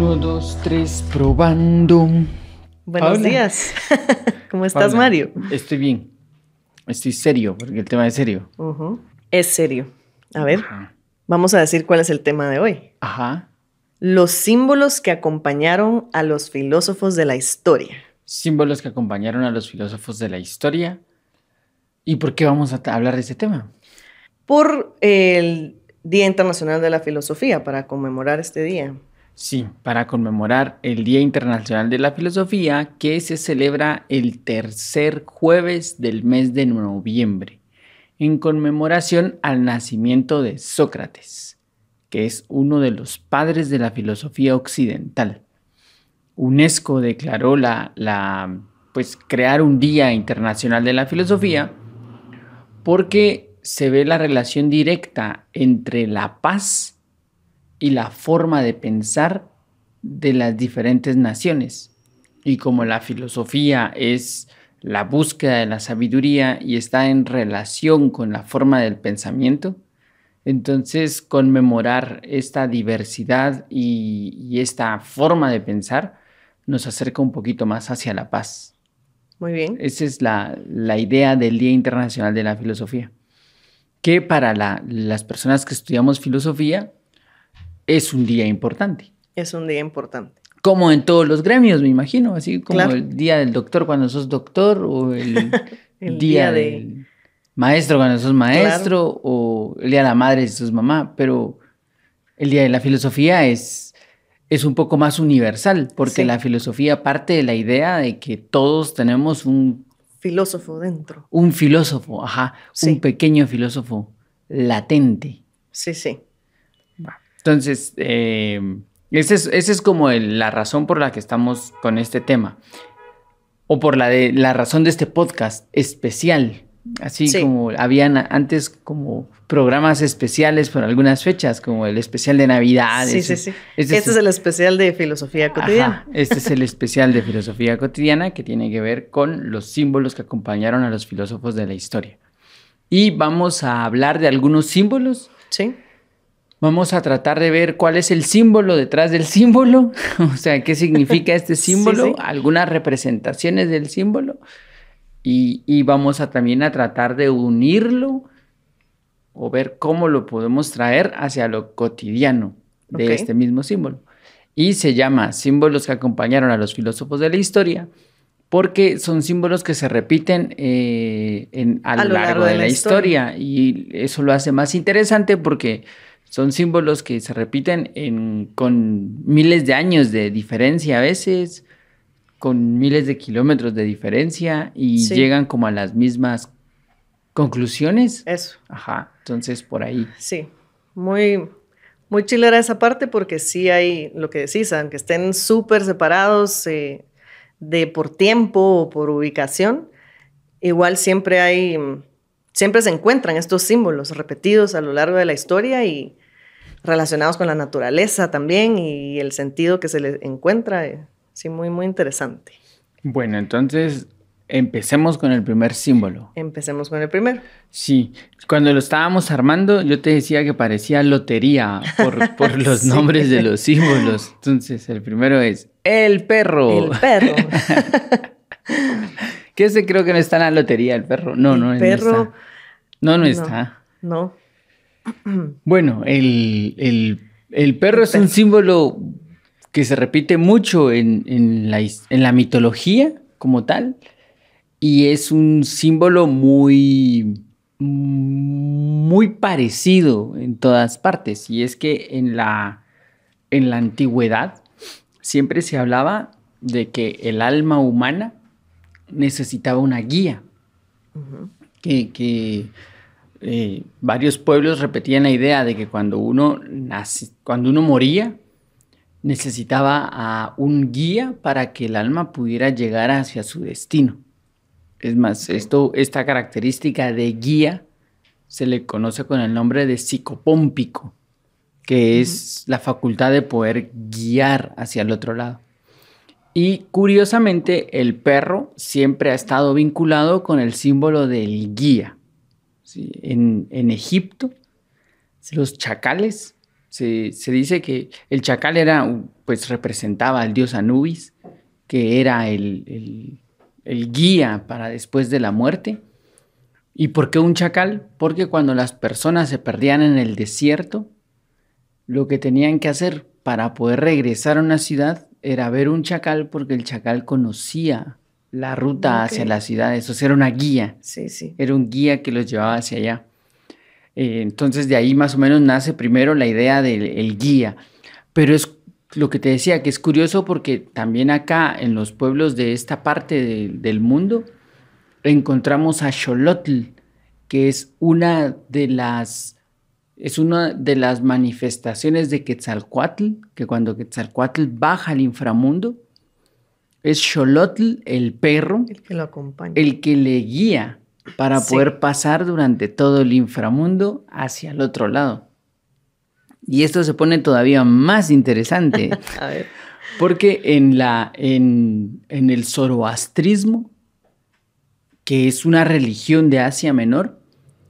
Uno, dos, tres, probando. Buenos Hola. días. ¿Cómo estás, Hola. Mario? Estoy bien. Estoy serio, porque el tema es serio. Es serio. A ver, Ajá. vamos a decir cuál es el tema de hoy. Ajá. Los símbolos que acompañaron a los filósofos de la historia. Símbolos que acompañaron a los filósofos de la historia. ¿Y por qué vamos a hablar de este tema? Por el Día Internacional de la Filosofía, para conmemorar este día. Sí, para conmemorar el Día Internacional de la Filosofía, que se celebra el tercer jueves del mes de noviembre, en conmemoración al nacimiento de Sócrates, que es uno de los padres de la filosofía occidental. UNESCO declaró pues crear un Día Internacional de la Filosofía porque se ve la relación directa entre la paz y la forma de pensar de las diferentes naciones. Y como la filosofía es la búsqueda de la sabiduría y está en relación con la forma del pensamiento, entonces conmemorar esta diversidad y esta forma de pensar nos acerca un poquito más hacia la paz. Muy bien. Esa es la idea del Día Internacional de la Filosofía, que para las personas que estudiamos filosofía es un día importante. Es un día importante. Como en todos los gremios, me imagino, así como Claro. el día del doctor cuando sos doctor, o el, El día día de- del maestro cuando sos maestro, o el día de la madre si sos mamá, pero el día de la filosofía es un poco más universal, porque Sí. la filosofía parte de la idea de que todos tenemos un Filósofo dentro. filósofo, ajá, Sí. un pequeño filósofo latente. Sí, sí. Entonces, esa es como la razón por la que estamos con este tema. O por la razón de este podcast especial. Así Sí. como habían antes como programas especiales por algunas fechas, como el especial de Navidad. Sí, sí, sí. Este es el especial de filosofía cotidiana. Ajá, este es el especial de filosofía cotidiana que tiene que ver con los símbolos que acompañaron a los filósofos de la historia. Y vamos a hablar de algunos símbolos. Sí. Vamos a tratar de ver cuál es el símbolo detrás del símbolo, o sea, qué significa este símbolo, Sí, sí. algunas representaciones del símbolo, y vamos a también a tratar de unirlo o ver cómo lo podemos traer hacia lo cotidiano de Ok. este mismo símbolo. Y se llama símbolos que acompañaron a los filósofos de la historia, porque son símbolos que se repiten a lo largo de la historia, y eso lo hace más interesante porque son símbolos que se repiten con miles de años de diferencia a veces, con miles de kilómetros de diferencia y Sí. llegan como a las mismas conclusiones. Eso. Ajá, entonces por ahí. Sí. Muy, muy chilera esa parte porque sí hay lo que decís, aunque estén súper separados por tiempo o por ubicación, igual siempre se encuentran estos símbolos repetidos a lo largo de la historia y relacionados con la naturaleza también y el sentido que se les encuentra. Sí, muy, muy interesante. Bueno, entonces empecemos con el primer símbolo. Empecemos con el primero. Sí, cuando lo estábamos armando, yo te decía que parecía lotería por los Sí. nombres de los símbolos. Entonces, el primero es el perro. El perro. Que ese creo que no está en la lotería, el perro. No, El no, no perro. está. No está. No. Bueno, el perro El es un perro. símbolo que se repite mucho en la mitología como tal. Y es un símbolo muy parecido en todas partes. Y es que en la antigüedad siempre se hablaba de que el alma humana necesitaba una guía. Que varios pueblos repetían la idea de que cuando uno moría, necesitaba a un guía para que el alma pudiera llegar hacia su destino. Es más, esta característica de guía se le conoce con el nombre de psicopómpico, que es la facultad de poder guiar hacia el otro lado. Y curiosamente, el perro siempre ha estado vinculado con el símbolo del guía. ¿Sí? En Egipto, los chacales Se dice que el chacal pues representaba al dios Anubis, que era el guía para después de la muerte. ¿Y por qué un chacal? Porque cuando las personas se perdían en el desierto, lo que tenían que hacer para poder regresar a una ciudad era ver un chacal, porque el chacal conocía la ruta hacia la ciudad. Eso era una guía. Sí, sí. Era un guía que los llevaba hacia allá. Entonces de ahí más o menos nace primero la idea del guía. Pero es lo que te decía, que es curioso porque también acá en los pueblos de esta parte del mundo encontramos a Xolotl, que es una de las manifestaciones de Quetzalcóatl, que cuando Quetzalcóatl baja al inframundo, es Xolotl, el perro, El que lo acompaña. el que le guía para poder pasar durante todo el inframundo hacia el otro lado. Y esto se pone todavía más interesante. A ver. Porque en el zoroastrismo, que es una religión de Asia Menor,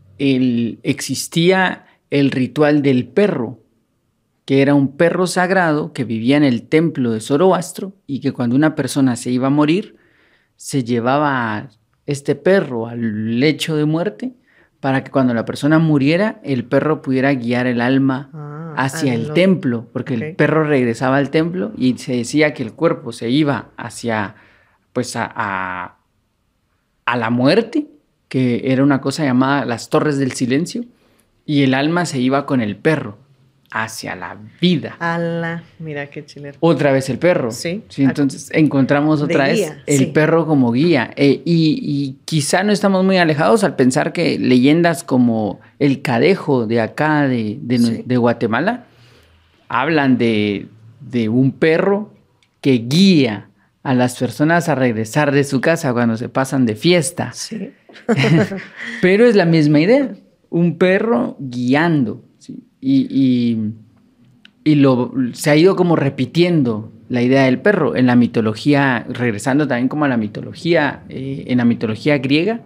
existía el ritual del perro, que era un perro sagrado que vivía en el templo de Zoroastro y que cuando una persona se iba a morir, se llevaba este perro al lecho de muerte para que cuando la persona muriera, el perro pudiera guiar el alma hacia el templo, porque el perro regresaba al templo y se decía que el cuerpo se iba hacia, pues, a la muerte, que era una cosa llamada las Torres del Silencio, y el alma se iba con el perro hacia la vida. Mira qué chilero. Otra vez el perro. Sí. Entonces encontramos otra vez el perro como guía. Y quizá no estamos muy alejados al pensar que leyendas como el Cadejo de acá, de Guatemala, hablan de un perro que guía a las personas a regresar de su casa cuando se pasan de fiesta. Sí. Pero es la misma idea. Un perro guiando. ¿Sí? Se ha ido como repitiendo la idea del perro en la mitología, regresando también como a la mitología, en la mitología griega.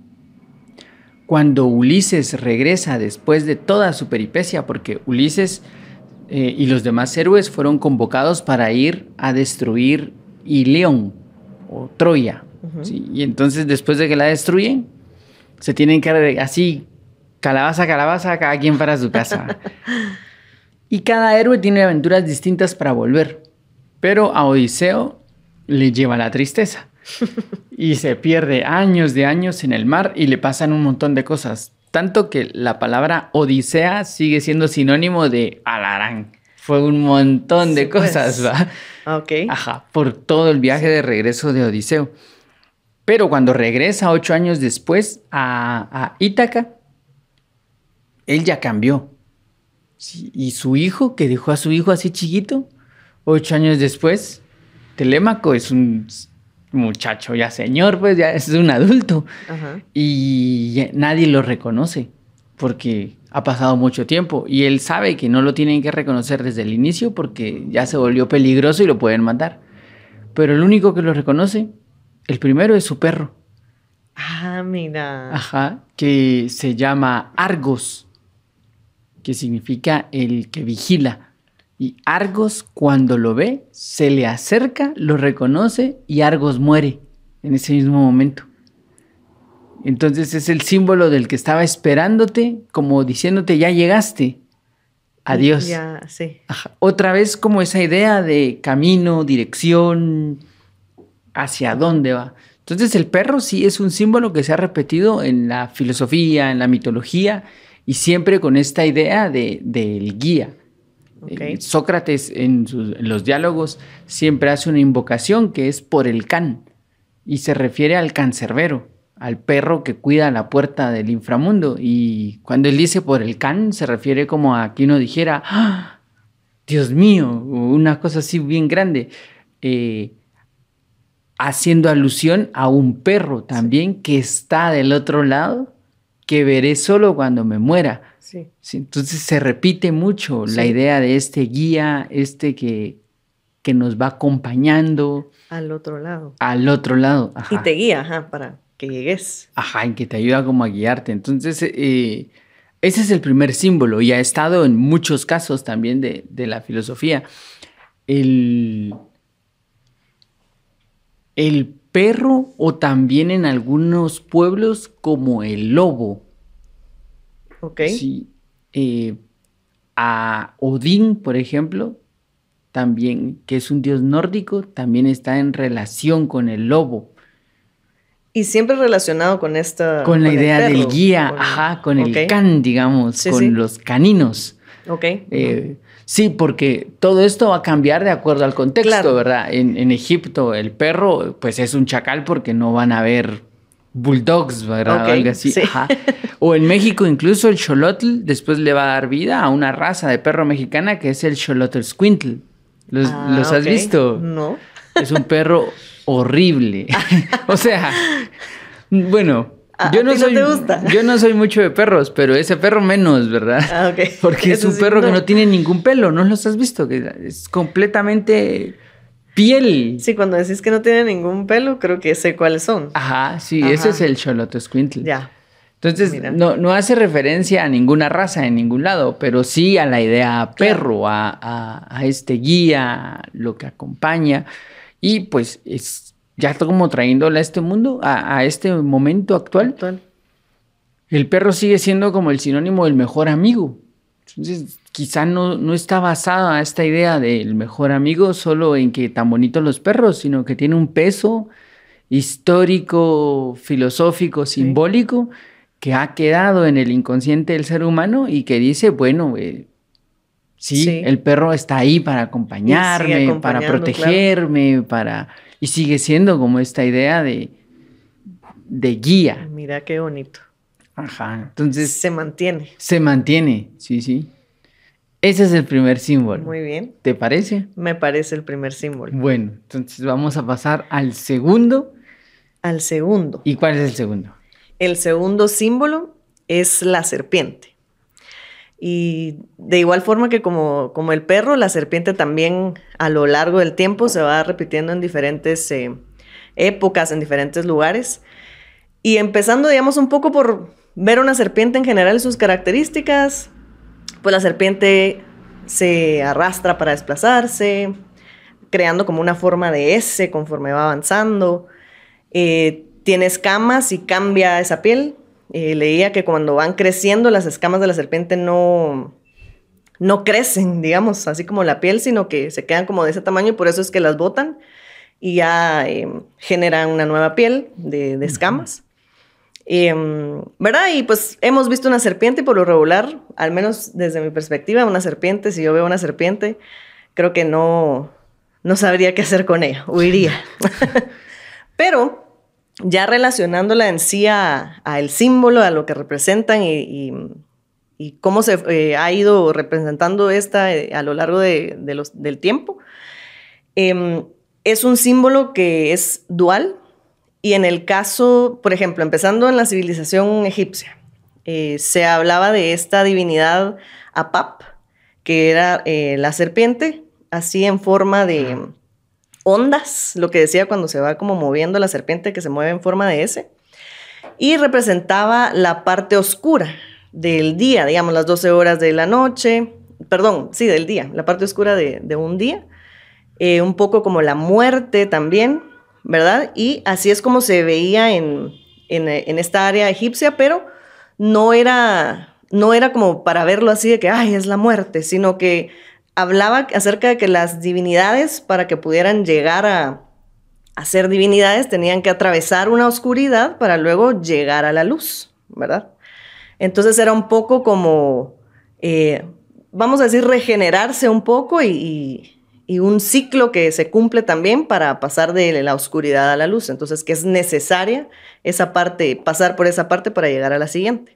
Cuando Ulises regresa después de toda su peripecia, porque Ulises y los demás héroes fueron convocados para ir a destruir Ilión o Troya. ¿Sí? Y entonces después de que la destruyen, se tienen que así, calabaza, calabaza, cada quien para su casa. Y cada héroe tiene aventuras distintas para volver. Pero a Odiseo le lleva la tristeza. Y se pierde años de años en el mar y le pasan un montón de cosas. Tanto que la palabra Odisea sigue siendo sinónimo de alarán. Fue un montón de cosas, ¿va? Ok. Ajá, por todo el viaje de regreso de Odiseo. Pero cuando regresa 8 años después a Ítaca, él ya cambió. Sí, y su hijo, que dejó a su hijo así chiquito, 8 años después, Telémaco es un muchacho ya señor, pues ya es un adulto. Ajá. Y nadie lo reconoce porque ha pasado mucho tiempo y él sabe que no lo tienen que reconocer desde el inicio porque ya se volvió peligroso y lo pueden matar. Pero el único que lo reconoce, el primero, es su perro. Ah, mira. Ajá, que se llama Argos, que significa el que vigila. Y Argos, cuando lo ve, se le acerca, lo reconoce y Argos muere en ese mismo momento. Entonces es el símbolo del que estaba esperándote, como diciéndote, ya llegaste. Adiós. Ya, sí. Ajá. Otra vez como esa idea de camino, dirección, hacia dónde va. Entonces el perro sí es un símbolo que se ha repetido en la filosofía, en la mitología, y siempre con esta idea del guía. Okay. Sócrates en los diálogos siempre hace una invocación que es por el can y se refiere al cancerbero, al perro que cuida la puerta del inframundo. Y cuando él dice por el can se refiere como a que uno dijera ¡ah! Dios mío, una cosa así bien grande, haciendo alusión a un perro también que está del otro lado, que veré solo cuando me muera. Sí. Sí, entonces se repite mucho la idea de este guía, que nos va acompañando. Al otro lado. Al otro lado. Ajá. Y te guía, para que llegues. Ajá, y que te ayuda como a guiarte. Entonces ese es el primer símbolo y ha estado en muchos casos también de la filosofía. El perro o también en algunos pueblos como el lobo. Ok. Sí. A Odín, por ejemplo, también, que es un dios nórdico, también está en relación con el lobo. Y siempre relacionado con Con la el idea del perro. guía, ajá, con Ok. el can, digamos, Sí, con sí. los caninos. Ok. Sí, porque todo esto va a cambiar de acuerdo al contexto, Claro. ¿verdad? En Egipto el perro, pues es un chacal porque no van a haber bulldogs, ¿verdad? Ok, O algo así, sí. ajá. O en México incluso el xolotl después le va a dar vida a una raza de perro mexicana que es el xolotl squintl. ¿Los has Ok. visto? No. Es un perro horrible. O sea, bueno, ¿A ti no te gusta? yo no soy mucho de perros, pero ese perro menos, ¿verdad? Ah, ok. Porque es Ese un sí, perro que no. no tiene ningún pelo, ¿no los has visto? Que es completamente piel. Sí, cuando decís que no tiene ningún pelo, creo que sé cuáles son. Ajá, sí, ese es Ajá. el xolotl squintl. Ya. Entonces, Mira. no hace referencia a ninguna raza en ningún lado, pero sí a la idea perro, a este guía, lo que acompaña. Y pues es ya como trayéndole a este mundo, a este momento actual, el perro sigue siendo como el sinónimo del mejor amigo. Entonces, quizá no está basada esta idea del mejor amigo solo en que tan bonitos los perros, sino que tiene un peso histórico, filosófico, simbólico, que ha quedado en el inconsciente del ser humano y que dice, bueno, sí, el perro está ahí para acompañarme, para protegerme, y sigue siendo como esta idea de guía. Mira qué bonito. Ajá, entonces... Se mantiene. Se mantiene, sí, sí. Ese es el primer símbolo. Muy bien. ¿Te parece? Me parece el primer símbolo. Bueno, entonces vamos a pasar al segundo. Al segundo. ¿Y cuál es el segundo? El segundo símbolo es la serpiente. Y de igual forma que como el perro, la serpiente también a lo largo del tiempo se va repitiendo en diferentes épocas, en diferentes lugares. Y empezando, digamos, un poco por ver una serpiente en general y sus características, pues la serpiente se arrastra para desplazarse, creando como una forma de S conforme va avanzando. Tiene escamas y cambia esa piel. Leía que cuando van creciendo las escamas de la serpiente no crecen, digamos, así como la piel, sino que se quedan como de ese tamaño y por eso es que las botan y ya generan una nueva piel de escamas. ¿Verdad? Y pues hemos visto una serpiente por lo regular, al menos desde mi perspectiva, una serpiente, si yo veo una serpiente, creo que no sabría qué hacer con ella, huiría. Pero ya relacionándola en sí a el símbolo, a lo que representan y cómo se ha ido representando esta a lo largo del tiempo, es un símbolo que es dual. Y en el caso, por ejemplo, empezando en la civilización egipcia, se hablaba de esta divinidad Apap, que era la serpiente, así en forma de ondas, lo que decía cuando se va como moviendo la serpiente, que se mueve en forma de S, y representaba la parte oscura del día, digamos, las 12 horas de la noche, perdón, sí, del día, la parte oscura de un día, un poco como la muerte también, ¿verdad? Y así es como se veía en esta área egipcia, pero no era como para verlo así de que, ay, es la muerte, sino que hablaba acerca de que las divinidades, para que pudieran llegar a ser divinidades, tenían que atravesar una oscuridad para luego llegar a la luz, ¿verdad? Entonces era un poco como, vamos a decir, regenerarse un poco y un ciclo que se cumple también para pasar de la oscuridad a la luz. Entonces, que es necesaria esa parte, pasar por esa parte para llegar a la siguiente.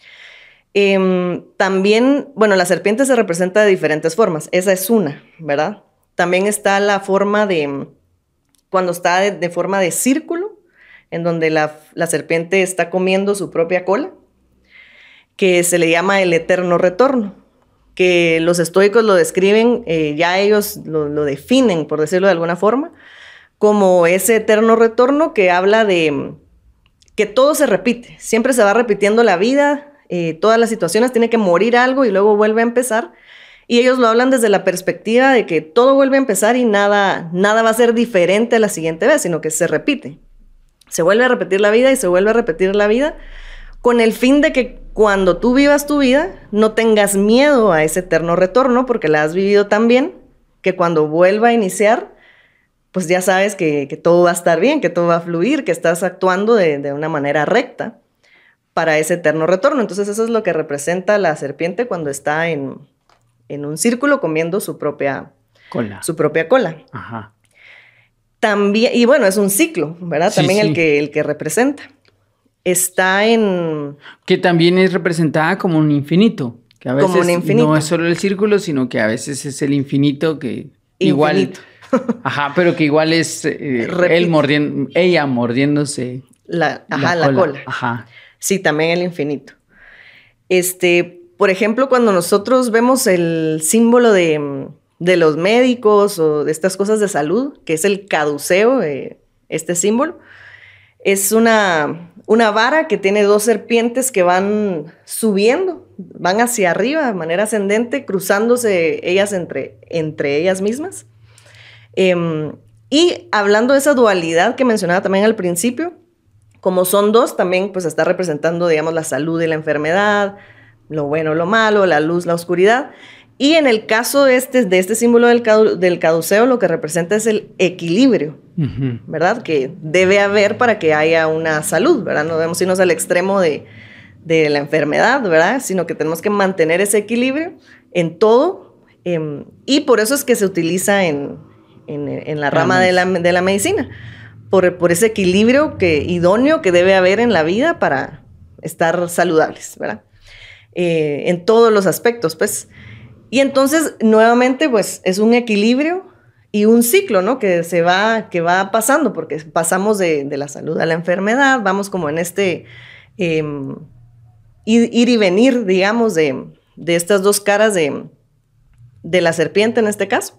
También, bueno, la serpiente se representa de diferentes formas. Esa es una, ¿verdad? También está la forma cuando está de forma de círculo, en donde la serpiente está comiendo su propia cola, que se le llama el eterno retorno, que los estoicos lo describen, ya ellos lo definen, por decirlo de alguna forma, como ese eterno retorno que habla de que todo se repite, siempre se va repitiendo la vida, todas las situaciones, tiene que morir algo y luego vuelve a empezar. Y ellos lo hablan desde la perspectiva de que todo vuelve a empezar y nada va a ser diferente a la siguiente vez, sino que se repite. Se vuelve a repetir la vida y se vuelve a repetir la vida con el fin de que cuando tú vivas tu vida no tengas miedo a ese eterno retorno porque la has vivido tan bien que cuando vuelva a iniciar, pues ya sabes que todo va a estar bien, que todo va a fluir, que estás actuando de una manera recta para ese eterno retorno. Entonces eso es lo que representa la serpiente cuando está en un círculo comiendo su propia cola. Ajá. También, y bueno, es un ciclo, ¿verdad? Sí, también sí. el que representa. Está en... Que también es representada como un infinito. Que a veces Como un infinito. no es solo el círculo, sino que a veces es el infinito que igual... Infinito. Ajá, pero que igual es ella mordiéndose la la cola. Ajá. Sí, también el infinito. Por ejemplo, cuando nosotros vemos el símbolo de los médicos o de estas cosas de salud, que es el caduceo, este símbolo, es una vara que tiene dos serpientes que van subiendo, van hacia arriba de manera ascendente, cruzándose ellas entre ellas mismas. Y hablando de esa dualidad que mencionaba también al principio, como son dos, también pues está representando, digamos, la salud y la enfermedad, lo bueno, lo malo, la luz, la oscuridad. Y en el caso de este símbolo del caduceo, lo que representa es el equilibrio, ¿verdad? Que debe haber para que haya una salud, ¿verdad? No debemos irnos al extremo de la enfermedad, ¿verdad? Sino que tenemos que mantener ese equilibrio en todo. Y por eso es que se utiliza en la rama de la medicina, por ese equilibrio idóneo que debe haber en la vida para estar saludables, ¿verdad? En todos los aspectos, pues. Y entonces, nuevamente, pues, es un equilibrio y un ciclo, ¿no? Que va pasando, porque pasamos de la salud a la enfermedad, vamos como en ir y venir, digamos, de estas dos caras de la serpiente en este caso.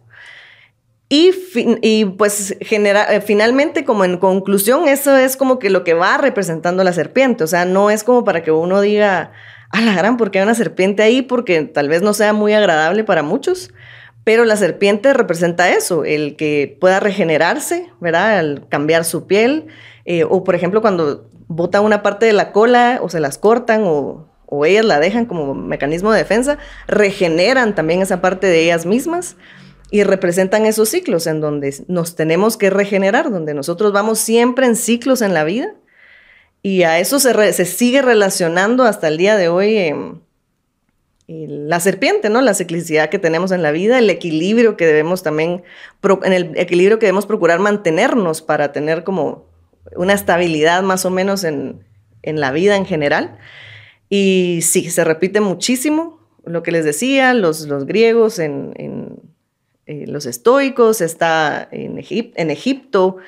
Y pues finalmente, como en conclusión, eso es como que lo que va representando la serpiente. O sea, no es como para que uno diga, a la gran, ¿por qué hay una serpiente ahí? Porque tal vez no sea muy agradable para muchos, pero la serpiente representa eso, el que pueda regenerarse, ¿verdad? Al cambiar su piel, o por ejemplo cuando botan una parte de la cola o se las cortan o ellas la dejan como mecanismo de defensa, regeneran también esa parte de ellas mismas. Y representan esos ciclos en donde nos tenemos que regenerar, donde nosotros vamos siempre en ciclos en la vida. Y a eso se sigue relacionando hasta el día de hoy la serpiente, ¿no? La ciclicidad que tenemos en la vida, el equilibrio que debemos también, en el equilibrio que debemos procurar mantenernos para tener como una estabilidad más o menos en la vida en general. Y sí, se repite muchísimo lo que les decía, los griegos los estoicos, está en Egipto,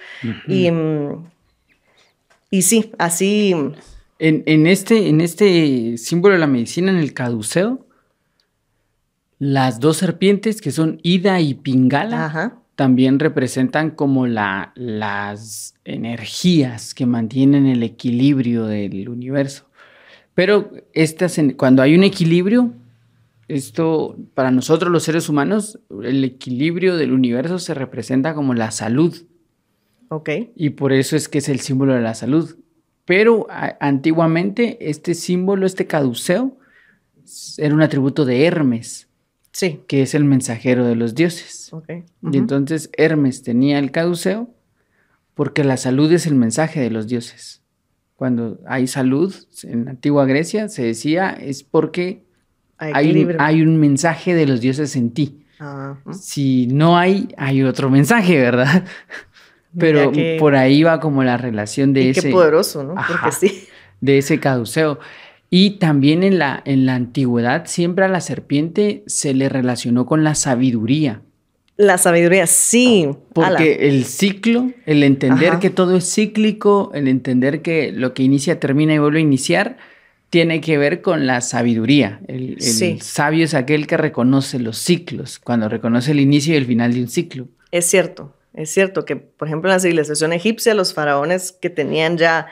y sí, así... En este símbolo de la medicina, en el caduceo, las dos serpientes, que son Ida y Pingala, Ajá. también representan como las energías que mantienen el equilibrio del universo. Pero cuando hay un equilibrio, esto, para nosotros los seres humanos, el equilibrio del universo se representa como la salud. Ok. Y por eso es que es el símbolo de la salud. Pero antiguamente este símbolo, este caduceo, era un atributo de Hermes. Sí. Que es el mensajero de los dioses. Okay. Y entonces Hermes tenía el caduceo porque la salud es el mensaje de los dioses. Cuando hay salud, en la antigua Grecia se decía, es porque hay un mensaje de los dioses en ti. Si no hay otro mensaje, ¿verdad? Pero por ahí va como la relación de ese... Qué poderoso, ¿no? Ajá, porque sí. De ese caduceo. Y también en la antigüedad siempre a la serpiente se le relacionó con la sabiduría. La sabiduría, sí. Porque el ciclo, el entender que todo es cíclico, el entender que lo que inicia termina y vuelve a iniciar, tiene que ver con la sabiduría. El sabio es aquel que reconoce los ciclos, cuando reconoce el inicio y el final de un ciclo. Es cierto que, por ejemplo, en la civilización egipcia, los faraones que tenían ya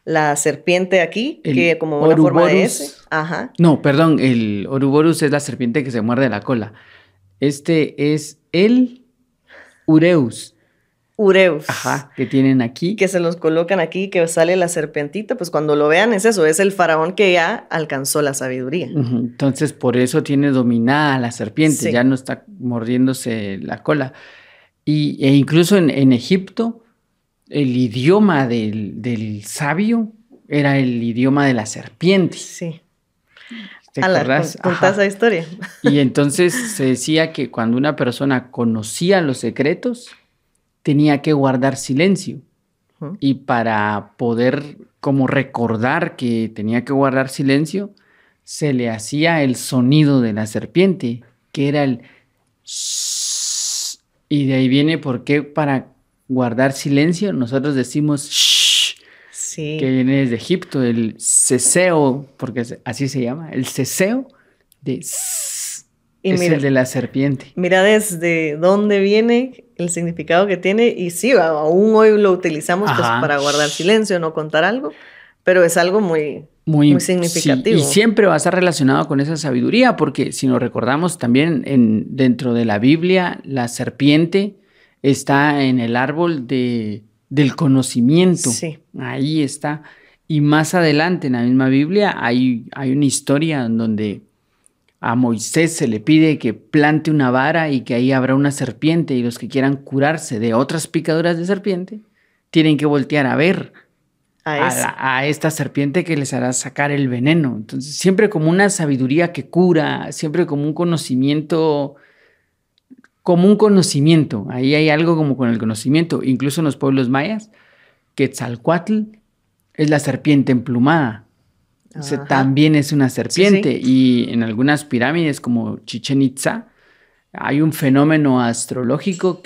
la serpiente aquí, El que como una forma de Ouroboros. S. Ajá. No, perdón, el Ouroboros es la serpiente que se muerde la cola. Este es el Ureus. Ureus. Ajá, que tienen aquí. Que se los colocan aquí, que sale la serpientita, pues cuando lo vean es eso, es el faraón que ya alcanzó la sabiduría. Entonces, por eso tiene dominada la serpiente, Sí. ya no está mordiéndose la cola. E incluso en Egipto, el idioma del sabio era el idioma de la serpiente. Sí. ¿Te acordás? ¿Contás esa historia? Y entonces se decía que cuando una persona conocía los secretos, tenía que guardar silencio. Ujú. Y para poder como recordar que tenía que guardar silencio, se le hacía el sonido de la serpiente, que era el shhh. Y de ahí viene por qué para guardar silencio nosotros decimos shh, Sí. que viene desde Egipto, el ceseo, porque así se llama, el ceseo de Y es mira, el de la serpiente. mira desde dónde viene el significado que tiene, y sí, aún hoy lo utilizamos pues, Ajá. para guardar silencio, no contar algo, pero es algo muy Muy significativo. Sí, y siempre va a estar relacionado con esa sabiduría, porque si nos recordamos también dentro de la Biblia, la serpiente está en el árbol del conocimiento. Sí. Ahí está. Y más adelante en la misma Biblia hay una historia en donde a Moisés se le pide que plante una vara y que ahí habrá una serpiente, y los que quieran curarse de otras picaduras de serpiente tienen que voltear a ver a esta serpiente que les hará sacar el veneno. Entonces, siempre como una sabiduría que cura, siempre como un conocimiento, Ahí hay algo como con el conocimiento. Incluso en los pueblos mayas, Quetzalcóatl es la serpiente emplumada. O sea, también es una serpiente. Sí, sí. Y en algunas pirámides como Chichén Itzá hay un fenómeno astronómico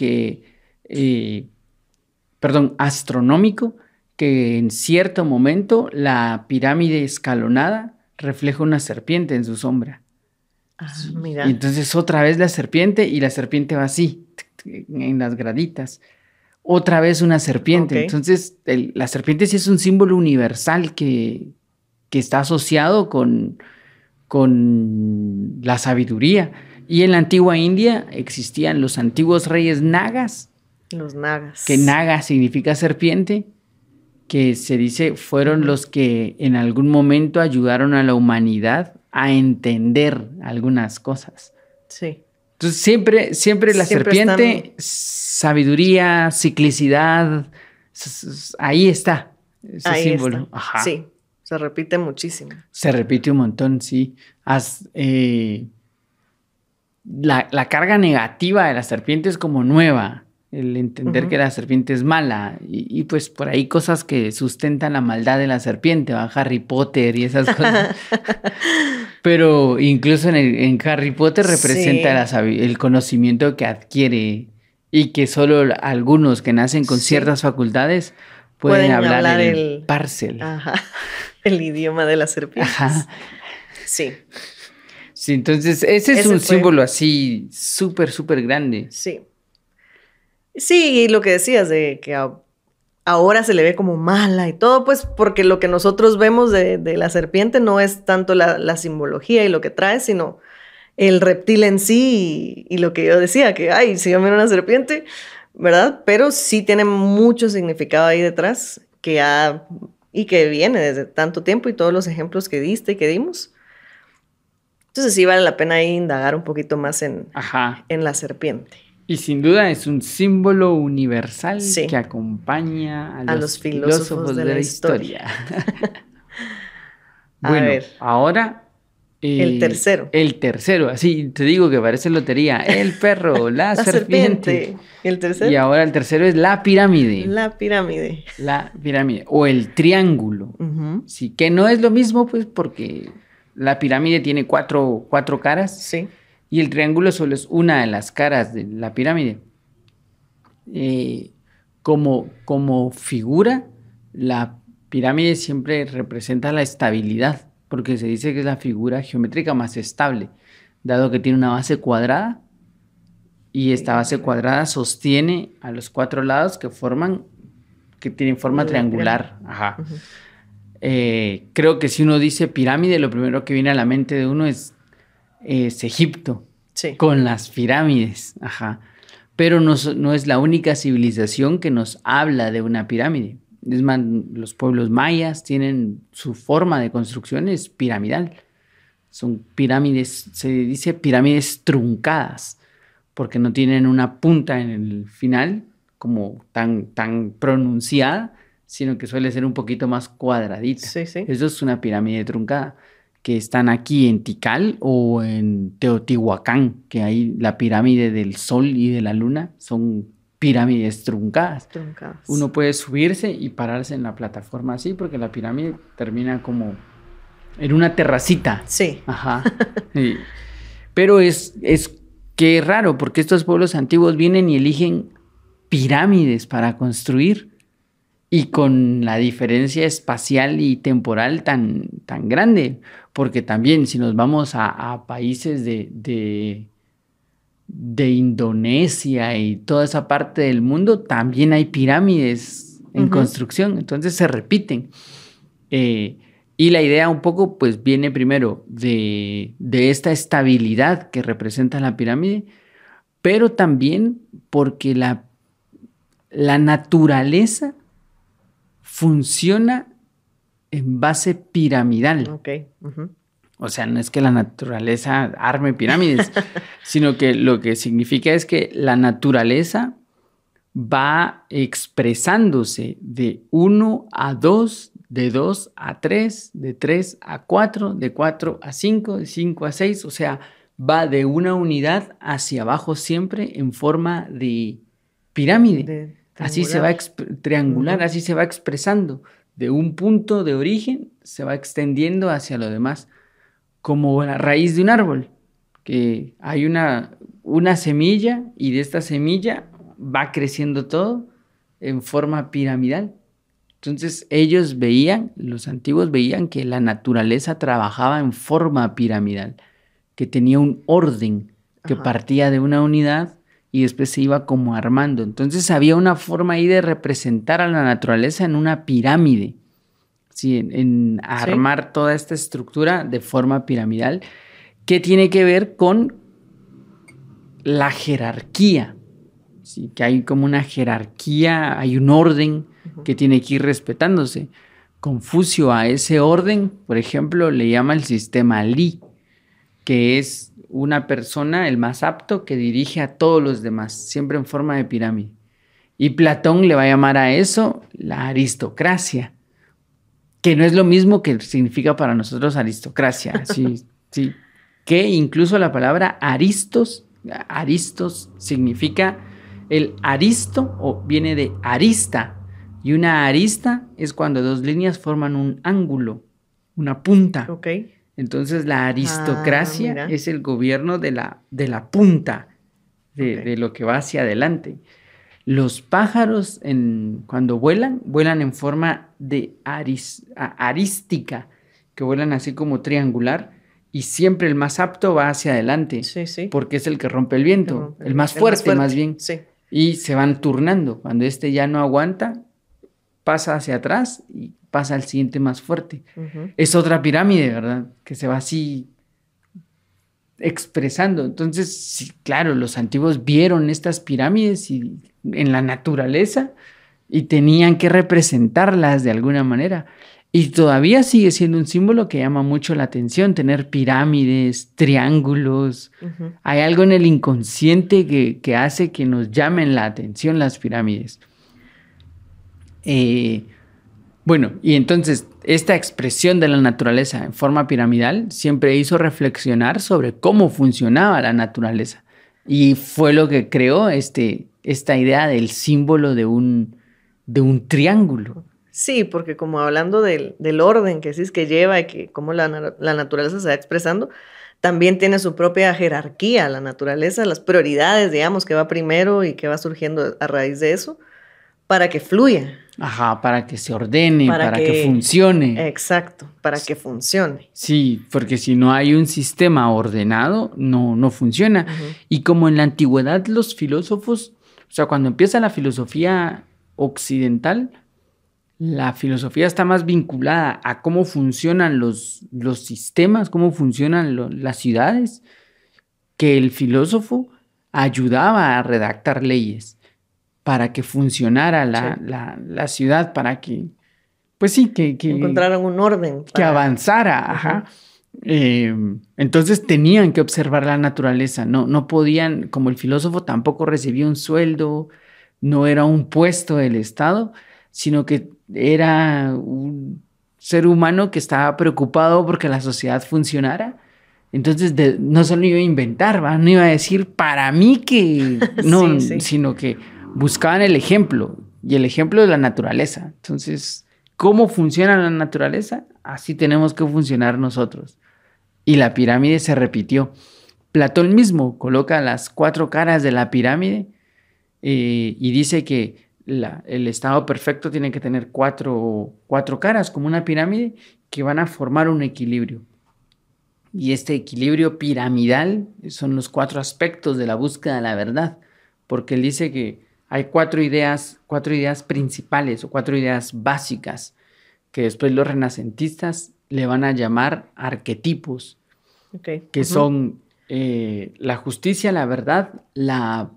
que en cierto momento la pirámide escalonada refleja una serpiente en su sombra. Mira. Y entonces otra vez la serpiente, y la serpiente va así, en las graditas. Otra vez una serpiente. Okay. Entonces la serpiente sí es un símbolo universal que está asociado con la sabiduría. Y en la antigua India existían los antiguos reyes nagas. Los nagas. Que naga significa serpiente, que se dice fueron los que en algún momento ayudaron a la humanidad a entender algunas cosas. Sí. Entonces siempre la serpiente, sabiduría, ciclicidad, ahí está ese símbolo. Está. Ajá. Sí, se repite muchísimo. Se repite un montón, sí. La carga negativa de la serpiente es como nueva. El entender que la serpiente es mala, y pues por ahí cosas que sustentan la maldad de la serpiente, ¿va? Harry Potter y esas cosas. Pero incluso en Harry Potter representa el conocimiento que adquiere, y que solo algunos que nacen con ciertas facultades pueden hablar el Parcel. Ajá. El idioma de la serpiente. Ajá. Sí. Sí, entonces ese es un símbolo así súper, súper grande. Sí. Sí, y lo que decías de que ahora se le ve como mala y todo, pues porque lo que nosotros vemos de la serpiente no es tanto la simbología y lo que trae, sino el reptil en sí y lo que yo decía, que, ay, si yo miro una serpiente, ¿verdad? Pero sí tiene mucho significado ahí detrás y que viene desde tanto tiempo, y todos los ejemplos que diste y que dimos. Entonces sí vale la pena ahí indagar un poquito más en la serpiente. Y sin duda es un símbolo universal que acompaña a los filósofos de la historia. Bueno, a ver, ahora... el tercero. El tercero, así te digo que parece lotería. El perro, la serpiente. ¿Y el tercero? Y ahora el tercero es la pirámide. La pirámide. La pirámide. O el triángulo. Sí, que no es lo mismo, pues, porque la pirámide tiene cuatro caras. Sí. Y el triángulo solo es una de las caras de la pirámide. Como figura, la pirámide siempre representa la estabilidad, porque se dice que es la figura geométrica más estable, dado que tiene una base cuadrada, y esta base cuadrada sostiene a los cuatro lados que tienen forma triangular. Ajá. Creo que si uno dice pirámide, lo primero que viene a la mente de uno es Egipto, Sí. con las pirámides. Ajá. Pero no es la única civilización que nos habla de una pirámide. Es más, los pueblos mayas tienen su forma de construcción es piramidal. Son pirámides, se dice pirámides truncadas, porque no tienen una punta en el final como tan pronunciada, sino que suele ser un poquito más cuadradita. Sí, sí. Eso es una pirámide truncada, que están aquí en Tikal o en Teotihuacán, que ahí la pirámide del Sol y de la Luna son pirámides truncadas. Truncadas. Uno puede subirse y pararse en la plataforma así, porque la pirámide termina como en una terracita. Sí. Ajá. Sí. Pero es que raro, porque estos pueblos antiguos vienen y eligen pirámides para construir, y con la diferencia espacial y temporal tan grande, porque también si nos vamos a países de Indonesia y toda esa parte del mundo, también hay pirámides en construcción, entonces se repiten. Y la idea un poco pues viene primero de esta estabilidad que representa la pirámide, pero también porque la naturaleza funciona en base piramidal. Ok. O sea, no es que la naturaleza arme pirámides, sino que lo que significa es que la naturaleza va expresándose de 1 a 2, de 2 a 3, de 3 a 4, de 4 a 5, de 5 a 6. O sea, va de una unidad hacia abajo siempre en forma de pirámide. Así se va triangular, así se va expresando. De un punto de origen se va extendiendo hacia lo demás. Como la raíz de un árbol, que hay una semilla y de esta semilla va creciendo todo en forma piramidal. Entonces los antiguos veían que la naturaleza trabajaba en forma piramidal, que tenía un orden, que partía de una unidad y después se iba como armando. Entonces había una forma ahí de representar a la naturaleza en una pirámide, ¿sí? En armar toda esta estructura de forma piramidal, que tiene que ver con la jerarquía, ¿sí? Que hay como una jerarquía, hay un orden que tiene que ir respetándose. Confucio a ese orden, por ejemplo, le llama el sistema Li, que es una persona, el más apto, que dirige a todos los demás, siempre en forma de pirámide. Y Platón le va a llamar a eso la aristocracia, que no es lo mismo que significa para nosotros aristocracia, sí, sí. Que incluso la palabra aristos significa el aristo, o viene de arista, y una arista es cuando dos líneas forman un ángulo, una punta. Ok. Entonces la aristocracia es el gobierno de la punta, de lo que va hacia adelante. Los pájaros cuando vuelan en forma de arística, que vuelan así como triangular, y siempre el más apto va hacia adelante, porque es el que rompe el viento, el más fuerte más bien. Sí. Y se van turnando. Cuando este ya no aguanta, pasa hacia atrás y pasa al siguiente más fuerte. Es otra pirámide, ¿verdad? Que se va así expresando. Entonces, sí, claro, los antiguos vieron estas pirámides en la naturaleza y tenían que representarlas de alguna manera. Y todavía sigue siendo un símbolo que llama mucho la atención, tener pirámides, triángulos. Hay algo en el inconsciente que hace que nos llamen la atención las pirámides. Bueno, y entonces esta expresión de la naturaleza en forma piramidal siempre hizo reflexionar sobre cómo funcionaba la naturaleza. Y fue lo que creó esta idea del símbolo de un triángulo. Sí, porque como hablando del orden que sí es que lleva y que cómo la naturaleza se va expresando, también tiene su propia jerarquía, la naturaleza, las prioridades, digamos, que va primero y que va surgiendo a raíz de eso, para que fluya. Ajá, para que se ordene, para que funcione. Exacto, para que funcione. Sí, porque si no hay un sistema ordenado, no funciona. Y como en la antigüedad los filósofos, o sea, cuando empieza la filosofía occidental, la filosofía está más vinculada a cómo funcionan los sistemas, cómo funcionan las ciudades, que el filósofo ayudaba a redactar leyes para que funcionara la ciudad, para que, pues sí, que encontraran un orden. Que avanzara, ajá. Entonces tenían que observar la naturaleza, no podían, como el filósofo tampoco recibía un sueldo, no era un puesto del Estado, sino que era un ser humano que estaba preocupado porque la sociedad funcionara. Entonces no solo iba a inventar, ¿va? No iba a decir para mí que no, sino que buscaban el ejemplo, y el ejemplo de la naturaleza. Entonces, ¿cómo funciona la naturaleza? Así tenemos que funcionar nosotros. Y la pirámide se repitió. Platón mismo coloca las 4 caras de la pirámide y dice que el estado perfecto tiene que tener cuatro caras, como una pirámide, que van a formar un equilibrio. Y este equilibrio piramidal son los 4 aspectos de la búsqueda de la verdad, porque él dice que hay 4 ideas principales o 4 ideas básicas que después los renacentistas le van a llamar arquetipos, que son la justicia, la verdad, la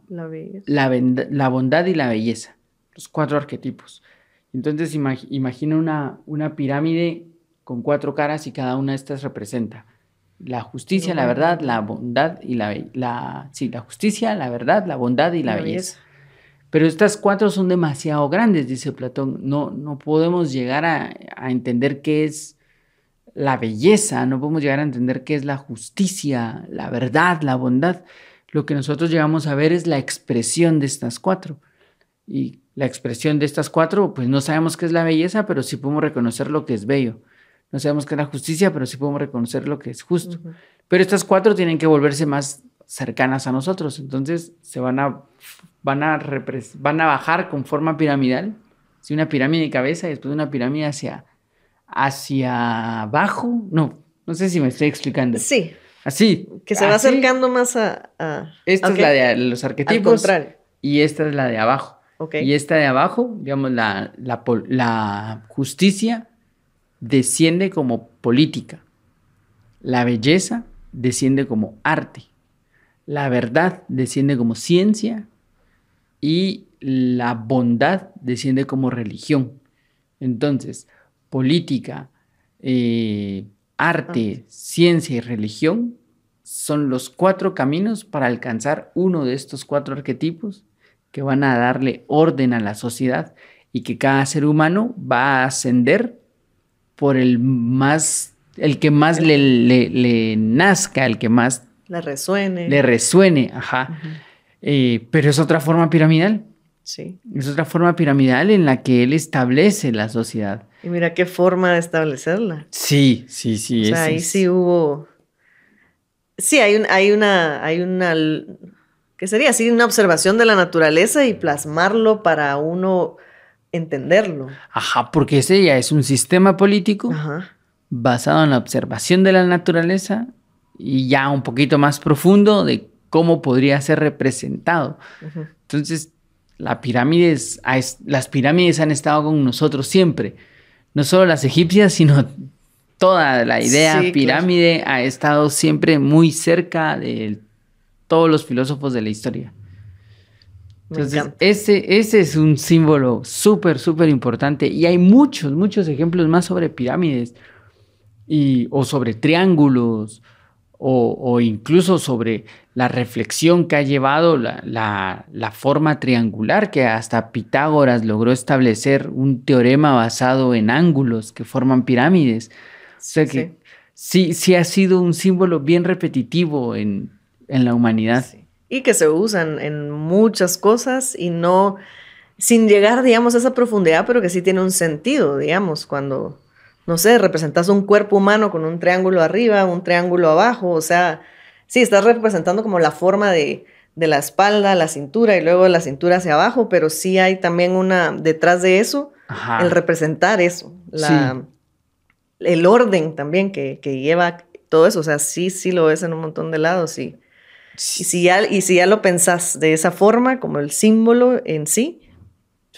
bondad y la belleza. Los 4 arquetipos. Entonces imagina una pirámide con 4 caras y cada una de estas representa la justicia, la verdad, la bondad y la justicia, la verdad, la bondad y la belleza. Pero estas 4 son demasiado grandes, dice Platón. No podemos llegar a entender qué es la belleza, no podemos llegar a entender qué es la justicia, la verdad, la bondad. Lo que nosotros llegamos a ver es la expresión de estas 4. Y la expresión de estas 4, pues no sabemos qué es la belleza, pero sí podemos reconocer lo que es bello. No sabemos qué es la justicia, pero sí podemos reconocer lo que es justo. Uh-huh. Pero estas 4 tienen que volverse más cercanas a nosotros. Entonces se van a bajar con forma piramidal. ¿Sí? Una pirámide de cabeza y después una pirámide hacia abajo. No sé si me estoy explicando. Sí. Así. Que se va acercando más a... Esta es la de los arquetipos. Al contrario. Y esta es la de abajo. Okay. Y esta de abajo, digamos, la justicia desciende como política. La belleza desciende como arte. La verdad desciende como ciencia. Y la bondad desciende como religión. Entonces, política, arte, ciencia y religión son los 4 caminos para alcanzar uno de estos 4 arquetipos que van a darle orden a la sociedad y que cada ser humano va a ascender por el que más le nazca, el que más le resuene. Ajá. Uh-huh. Pero es otra forma piramidal. Sí. Es otra forma piramidal en la que él establece la sociedad. Y mira qué forma de establecerla. Sí. O sea, ahí sí hubo... Sí, hay una... ¿Qué sería? Así una observación de la naturaleza y plasmarlo para uno entenderlo. Ajá, porque ese ya es un sistema político basado en la observación de la naturaleza y ya un poquito más profundo de cómo podría ser representado. Uh-huh. Entonces, las pirámides han estado con nosotros siempre. No solo las egipcias, sino toda la idea pirámide ha estado siempre muy cerca de todos los filósofos de la historia. Entonces, ese es un símbolo súper, súper importante. Y hay muchos ejemplos más sobre pirámides o sobre triángulos o incluso sobre la reflexión que ha llevado la forma triangular, que hasta Pitágoras logró establecer un teorema basado en ángulos que forman pirámides. O sea que sí ha sido un símbolo bien repetitivo en la humanidad. Sí. Y que se usan en muchas cosas y no, sin llegar, digamos, a esa profundidad, pero que sí tiene un sentido, digamos, cuando, no sé, representas un cuerpo humano con un triángulo arriba, un triángulo abajo, o sea, sí, estás representando como la forma de la espalda, la cintura y luego la cintura hacia abajo, pero sí hay también detrás de eso, el representar eso, el orden también que lleva todo eso, o sea, sí lo ves en un montón de lados, sí. Y si ya lo pensás de esa forma, como el símbolo en sí,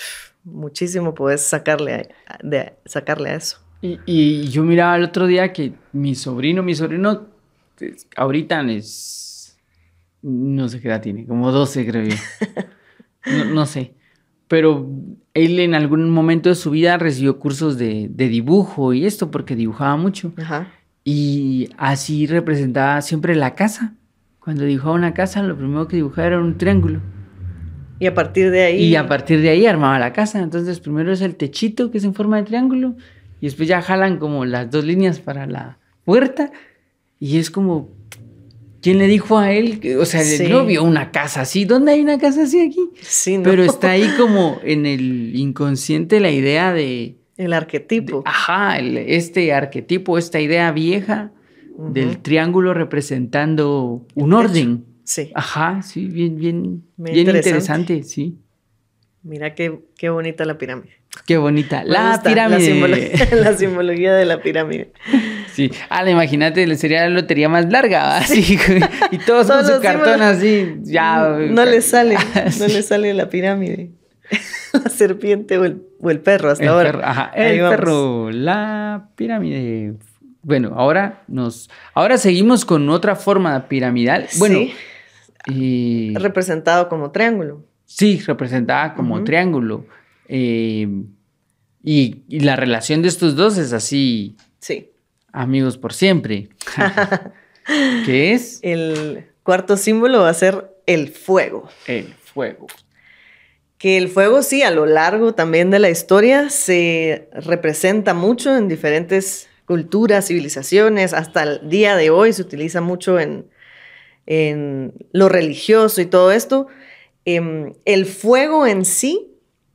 muchísimo puedes sacarle a eso. Y yo miraba el otro día que mi sobrino, ahorita no sé qué edad tiene, como 12 creo yo. No sé. Pero él en algún momento de su vida recibió cursos de dibujo y esto porque dibujaba mucho. Ajá. Y así representaba siempre la casa. Cuando dibujaba una casa, lo primero que dibujaba era un triángulo. Y a partir de ahí... Y a partir de ahí armaba la casa. Entonces primero es el techito que es en forma de triángulo. Y después ya jalan como las 2 líneas para la puerta. Y es como... ¿Quién le dijo a él? O sea, Sí. no vio una casa así. ¿Dónde hay una casa así aquí? Sí, ¿no? Pero está ahí como en el inconsciente la idea de... El arquetipo. Este arquetipo, esta idea vieja del triángulo representando un orden. Sí. Ajá, sí, bien interesante. interesante, sí. Mira qué bonita la pirámide. Qué bonita. Me La gusta pirámide. la simbología de la pirámide. Sí. Imagínate, sería la lotería más larga, así. Y todos con su cartón así. Ya. No le sale la pirámide. La serpiente o el perro hasta ahora. El perro, la pirámide. Bueno, ahora seguimos con otra forma piramidal. Bueno, sí. Representado como triángulo. Sí, representada como triángulo. Y la relación de estos dos es así. Sí. Amigos por siempre. ¿Qué es? El cuarto símbolo va a ser el fuego. El fuego. Que el fuego, sí, a lo largo también de la historia se representa mucho en diferentes culturas, civilizaciones. Hasta el día de hoy se utiliza mucho en lo religioso y todo esto. El fuego en sí,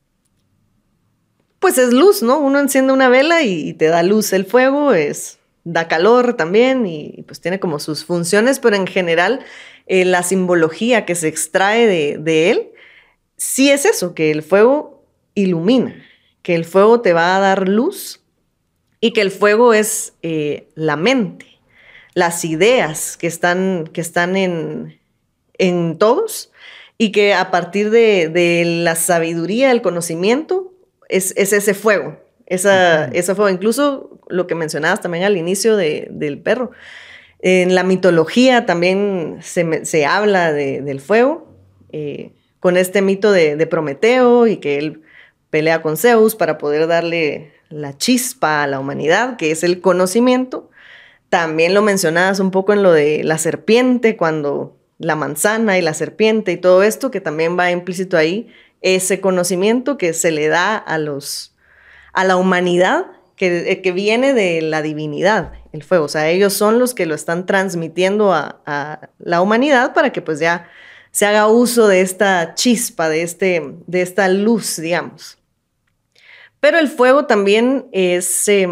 pues es luz, ¿no? Uno enciende una vela y te da luz. El fuego da calor también y pues tiene como sus funciones, pero en general la simbología que se extrae de él, sí es eso, que el fuego ilumina, que el fuego te va a dar luz y que el fuego es la mente, las ideas que están en todos y que a partir de la sabiduría, el conocimiento, es ese fuego, ese fuego. Incluso lo que mencionabas también al inicio del perro, en la mitología también se habla del fuego, con este mito de Prometeo y que él pelea con Zeus para poder darle la chispa a la humanidad, que es el conocimiento. También lo mencionabas un poco en lo de la serpiente, cuando la manzana y la serpiente y todo esto, que también va implícito ahí, ese conocimiento que se le da a la humanidad, que viene de la divinidad, el fuego. O sea, ellos son los que lo están transmitiendo a la humanidad para que pues ya se haga uso de esta chispa, de esta luz, digamos. Pero el fuego también se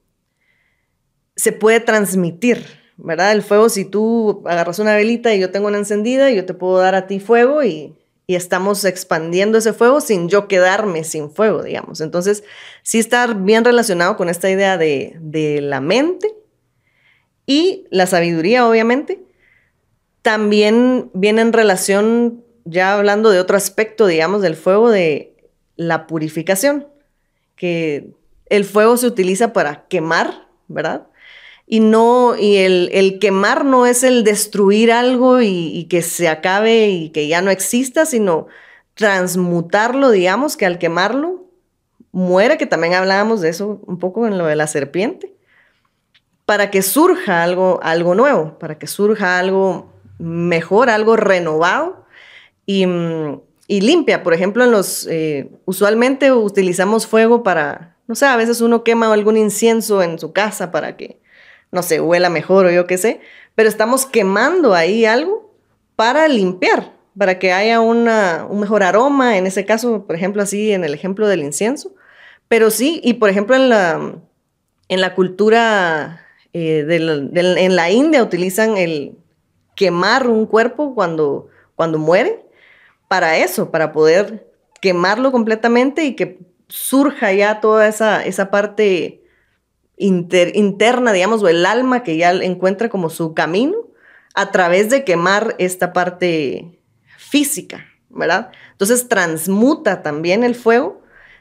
puede transmitir, ¿verdad? El fuego, si tú agarras una velita y yo tengo una encendida, yo te puedo dar a ti fuego y estamos expandiendo ese fuego sin yo quedarme sin fuego, digamos. Entonces, sí está bien relacionado con esta idea de la mente y la sabiduría, obviamente. También viene en relación, ya hablando de otro aspecto, digamos, del fuego, de la purificación, que el fuego se utiliza para quemar, ¿verdad? Y el quemar no es el destruir algo y que se acabe y que ya no exista, sino transmutarlo, digamos, que al quemarlo muere, que también hablábamos de eso un poco en lo de la serpiente, para que surja algo nuevo, para que surja algo mejor, algo renovado y limpia. Por ejemplo, usualmente utilizamos fuego para, no sé, a veces uno quema algún incienso en su casa para que, no sé, huela mejor o yo qué sé, pero estamos quemando ahí algo para limpiar, para que haya un mejor aroma, en ese caso, por ejemplo, así en el ejemplo del incienso. Pero sí, y por ejemplo en la cultura en la India utilizan el quemar un cuerpo cuando muere, para eso, para poder quemarlo completamente y que surja ya toda esa parte interna, digamos, o el alma que ya encuentra como su camino a través de quemar esta parte física, ¿verdad? Entonces transmuta también el fuego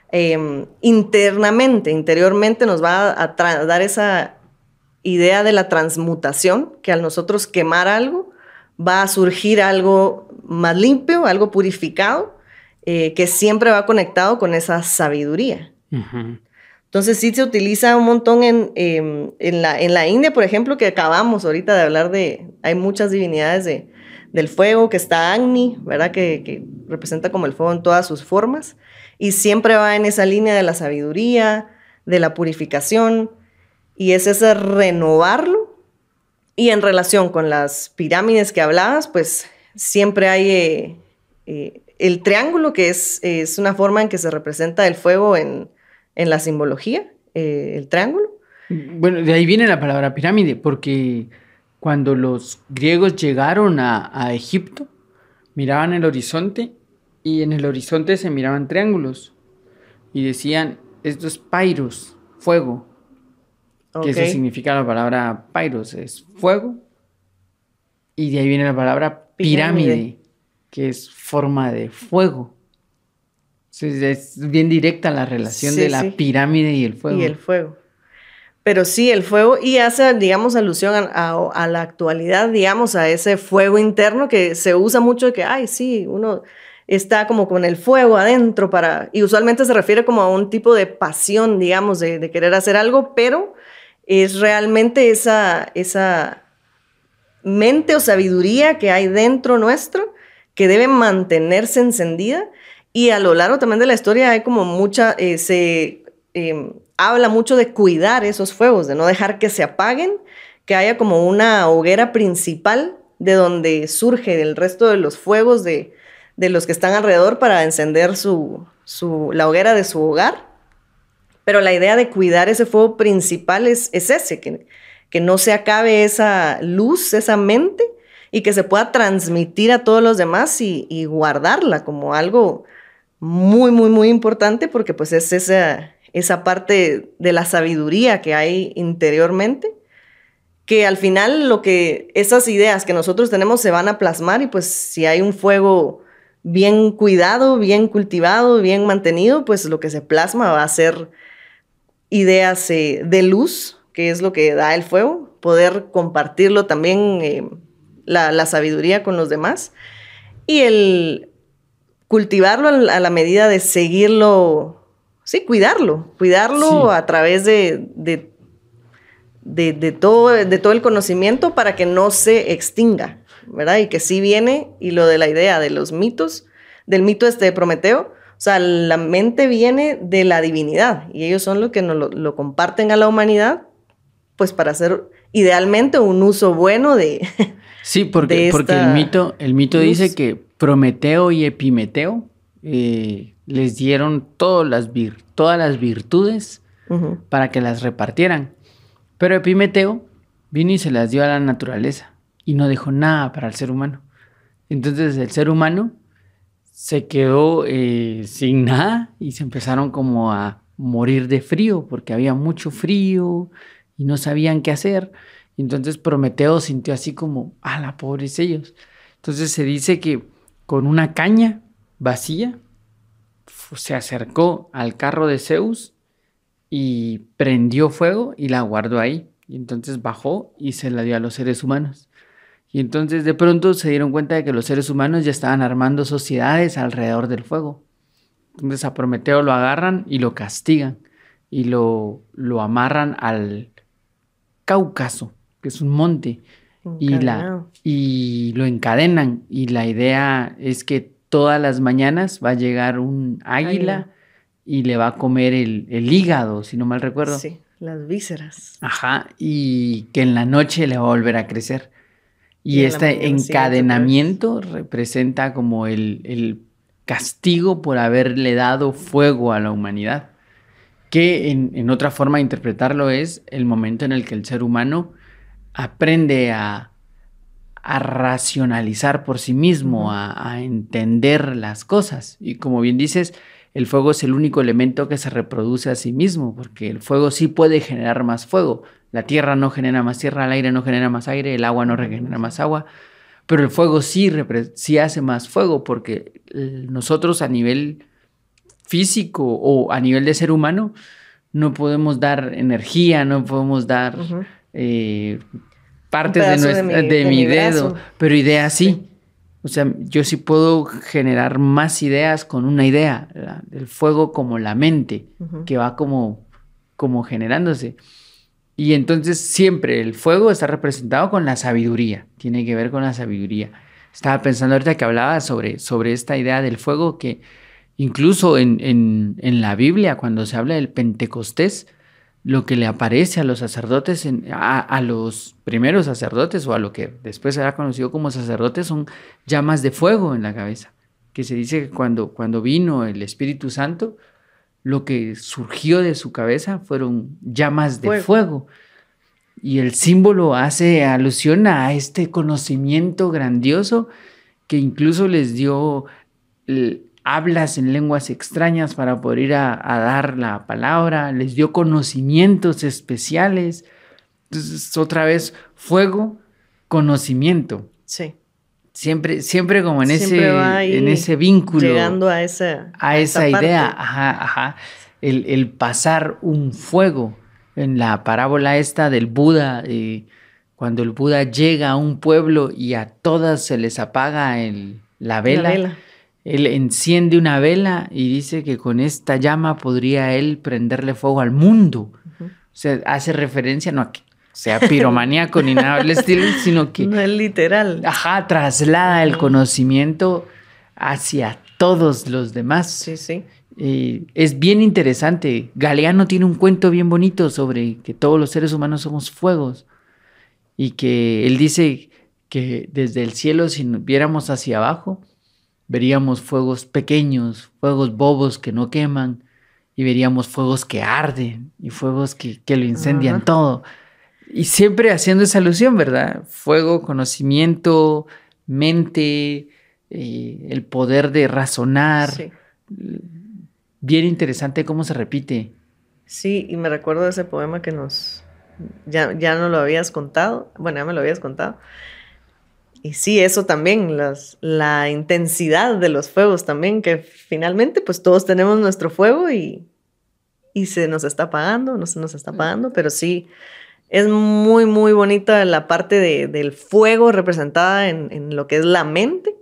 interiormente nos va a dar esa idea de la transmutación, que al nosotros quemar algo, va a surgir algo más limpio, algo purificado, que siempre va conectado con esa sabiduría. Uh-huh. Entonces sí se utiliza un montón en la India, por ejemplo, que acabamos ahorita de hablar hay muchas divinidades del fuego, que está Agni, ¿verdad? Que representa como el fuego en todas sus formas, y siempre va en esa línea de la sabiduría, de la purificación, y es ese renovarlo. Y en relación con las pirámides que hablabas, pues siempre hay el triángulo, que es una forma en que se representa el fuego en la simbología, el triángulo. Bueno, de ahí viene la palabra pirámide, porque cuando los griegos llegaron a Egipto, miraban el horizonte y en el horizonte se miraban triángulos y decían, esto es Pairos, fuego. Que eso significa la palabra Pairos, es fuego. Y de ahí viene la palabra pirámide, que es forma de fuego. Entonces es bien directa la relación de la pirámide y el fuego. Y el fuego. Pero sí, el fuego, y hace, digamos, alusión a la actualidad, digamos, a ese fuego interno que se usa mucho de que, ay, sí, uno está como con el fuego adentro y usualmente se refiere como a un tipo de pasión, digamos, de querer hacer algo, pero es realmente esa mente o sabiduría que hay dentro nuestro que debe mantenerse encendida, y a lo largo también de la historia hay como habla mucho de cuidar esos fuegos, de no dejar que se apaguen, que haya como una hoguera principal de donde surge el resto de los fuegos de los que están alrededor para encender la hoguera de su hogar. Pero la idea de cuidar ese fuego principal es ese, que no se acabe esa luz, esa mente, y que se pueda transmitir a todos los demás y guardarla como algo muy, muy, muy importante, porque pues es esa parte de la sabiduría que hay interiormente, que al final esas ideas que nosotros tenemos se van a plasmar, y pues si hay un fuego bien cuidado, bien cultivado, bien mantenido, pues lo que se plasma va a ser ideas de luz, que es lo que da el fuego, poder compartirlo también, la sabiduría con los demás, y el cultivarlo a la medida de seguirlo, sí, cuidarlo sí, a través de todo el conocimiento para que no se extinga, ¿verdad? Y que sí viene, y lo de la idea de los mitos, del mito de Prometeo, o sea, la mente viene de la divinidad, y ellos son los que lo comparten a la humanidad, pues para hacer idealmente un uso bueno de... Sí, porque el mito dice que Prometeo y Epimeteo les dieron todas las virtudes uh-huh. para que las repartieran. Pero Epimeteo vino y se las dio a la naturaleza y no dejó nada para el ser humano. Entonces el ser humano se quedó sin nada y se empezaron como a morir de frío porque había mucho frío y no sabían qué hacer. Entonces Prometeo sintió así como, ¡ala, pobres ellos! Entonces se dice que con una caña vacía se acercó al carro de Zeus y prendió fuego y la guardó ahí. Y entonces bajó y se la dio a los seres humanos. Y entonces de pronto se dieron cuenta de que los seres humanos ya estaban armando sociedades alrededor del fuego. Entonces a Prometeo lo agarran y lo castigan y lo amarran al Cáucaso, que es un monte, y lo encadenan. Y la idea es que todas las mañanas va a llegar un águila y le va a comer el hígado, si no mal recuerdo. Sí, las vísceras. Ajá, y que en la noche le va a volver a crecer. Y este encadenamiento representa como el castigo por haberle dado fuego a la humanidad. Que en otra forma de interpretarlo es el momento en el que el ser humano aprende a racionalizar por sí mismo, uh-huh. a entender las cosas. Y como bien dices, el fuego es el único elemento que se reproduce a sí mismo, porque el fuego sí puede generar más fuego. La tierra no genera más tierra, el aire no genera más aire, el agua no genera más agua, pero el fuego sí hace más fuego, porque nosotros a nivel físico o a nivel de ser humano, no podemos dar energía, no podemos dar partes de mi dedo, pero ideas sí. O sea, yo sí puedo generar más ideas con una idea. El fuego como la mente, que va como generándose. Y entonces siempre el fuego está representado con la sabiduría, tiene que ver con la sabiduría. Estaba pensando ahorita que hablaba sobre esta idea del fuego, que incluso en la Biblia, cuando se habla del Pentecostés, lo que le aparece a los sacerdotes, a los primeros sacerdotes o a lo que después será conocido como sacerdotes, son llamas de fuego en la cabeza. Que se dice que cuando vino el Espíritu Santo, lo que surgió de su cabeza fueron llamas de fuego. Y el símbolo hace alusión a este conocimiento grandioso que incluso les dio hablas en lenguas extrañas para poder ir a dar la palabra, les dio conocimientos especiales. Entonces, otra vez, fuego, conocimiento. Sí. Siempre como en ese vínculo. Llegando a esa idea. Ajá. El pasar un fuego. En la parábola esta del Buda, cuando el Buda llega a un pueblo y a todas se les apaga la vela. Él enciende una vela y dice que con esta llama podría él prenderle fuego al mundo. O sea, hace referencia no a que sea piromaníaco ni nada del estilo, sino que... No es literal. Ajá, traslada el conocimiento hacia todos los demás. Sí. Es bien interesante. Galeano tiene un cuento bien bonito sobre que todos los seres humanos somos fuegos. Y que él dice que desde el cielo, si viéramos hacia abajo, veríamos fuegos pequeños, fuegos bobos que no queman, y veríamos fuegos que arden y fuegos que lo incendian todo. Y siempre haciendo esa alusión, ¿verdad? Fuego, conocimiento, mente, el poder de razonar. Sí. Bien interesante cómo se repite. Sí, y me recuerdo de ese poema que ya no lo habías contado. Bueno, ya me lo habías contado. Y sí, eso también, la intensidad de los fuegos también, que finalmente pues todos tenemos nuestro fuego y se nos está apagando, no se nos está apagando, pero sí, es muy, muy bonita la parte del fuego representada en lo que es la mente.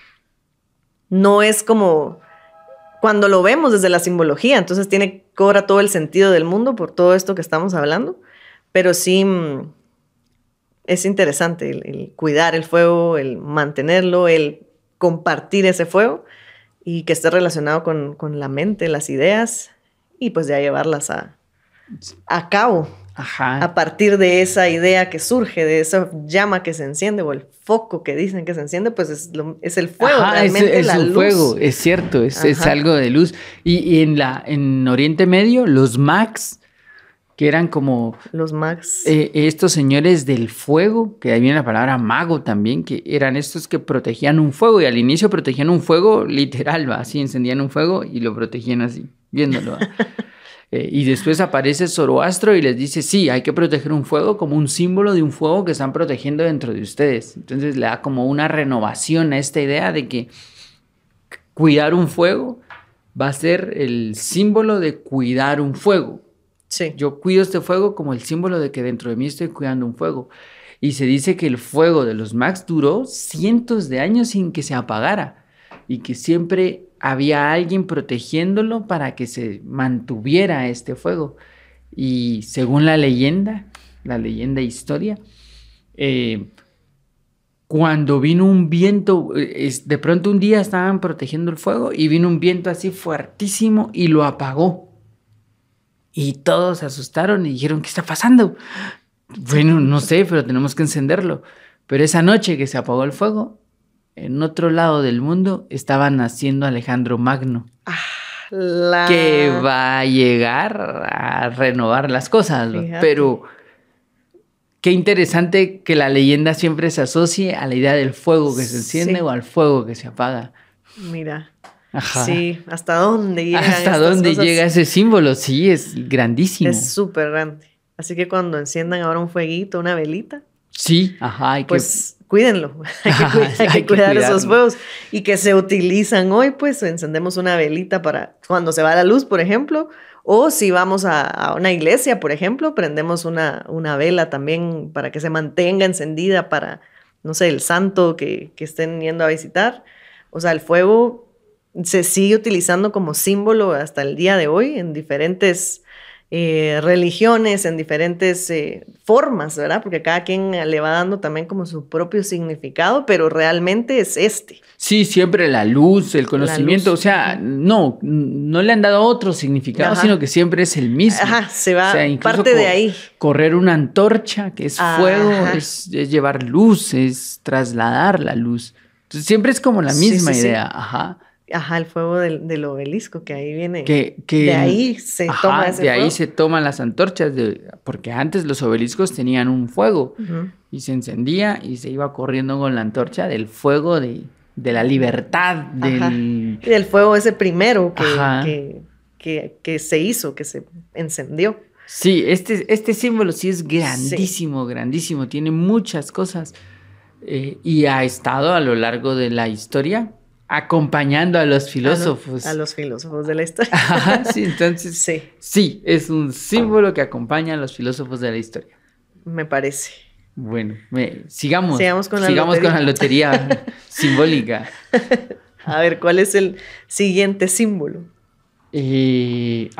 No es como cuando lo vemos desde la simbología, entonces cobra todo el sentido del mundo por todo esto que estamos hablando, pero sí es interesante el cuidar el fuego, el mantenerlo, el compartir ese fuego y que esté relacionado con la mente, las ideas y pues ya llevarlas a cabo. Ajá. A partir de esa idea que surge, de esa llama que se enciende o el foco que dicen que se enciende, pues es el fuego. Ajá, realmente es la luz. Fuego, es cierto, es algo de luz. Y en Oriente Medio, los mags, que eran como... Los mags. Estos señores del fuego, que ahí viene la palabra mago también, que eran estos que protegían un fuego, y al inicio protegían un fuego literal, ¿va? Así encendían un fuego y lo protegían así, viéndolo, ¿va? Y después aparece Zoroastro y les dice, sí, hay que proteger un fuego como un símbolo de un fuego que están protegiendo dentro de ustedes. Entonces le da como una renovación a esta idea de que cuidar un fuego va a ser el símbolo de cuidar un fuego. Sí. Yo cuido este fuego como el símbolo de que dentro de mí estoy cuidando un fuego. Y se dice que el fuego de los Mags duró cientos de años sin que se apagara y que siempre había alguien protegiéndolo para que se mantuviera este fuego. Y según la leyenda historia, cuando vino un viento, de pronto un día estaban protegiendo el fuego y vino un viento así fuertísimo y lo apagó. Y todos se asustaron y dijeron, ¿qué está pasando? Bueno, no sé, pero tenemos que encenderlo. Pero esa noche que se apagó el fuego, en otro lado del mundo estaba naciendo Alejandro Magno, que va a llegar a renovar las cosas. Pero qué interesante que la leyenda siempre se asocie a la idea del fuego que se enciende o al fuego que se apaga. Mira. Ajá. Sí, ¿hasta dónde llega? ¿Hasta dónde llega ese símbolo? Sí, es grandísimo. Es súper grande. Así que cuando enciendan ahora un fueguito, una velita, Sí, ajá, pues cuídenlo, hay que cuidar esos fuegos y que se utilizan hoy, pues encendemos una velita para cuando se va la luz, por ejemplo, o si vamos a una iglesia, por ejemplo, prendemos una vela también para que se mantenga encendida para, no sé, el santo que estén yendo a visitar. O sea, el fuego se sigue utilizando como símbolo hasta el día de hoy en diferentes religiones, en diferentes formas, ¿verdad? Porque cada quien le va dando también como su propio significado, pero realmente es este. Sí, siempre la luz, el conocimiento, o sea, no le han dado otro significado, sino que siempre es el mismo. Ajá, se va, o sea, incluso parte de ahí. Correr una antorcha, que es fuego, es llevar luz, es trasladar la luz. Entonces siempre es como la misma idea, ajá. Ajá, el fuego del obelisco, que ahí viene. Que de ahí se toma ese de fuego. ahí se toman las antorchas, porque antes los obeliscos tenían un fuego y se encendía y se iba corriendo con la antorcha del fuego de la libertad. Y del fuego ese primero que se hizo, que se encendió. Sí, este símbolo sí es grandísimo, grandísimo, tiene muchas cosas y ha estado a lo largo de la historia acompañando a los filósofos. A los filósofos de la historia. Ajá, sí, entonces sí, es un símbolo que acompaña a los filósofos de la historia. Me parece. Bueno, sigamos con la lotería simbólica. A ver, ¿cuál es el siguiente símbolo? Sí.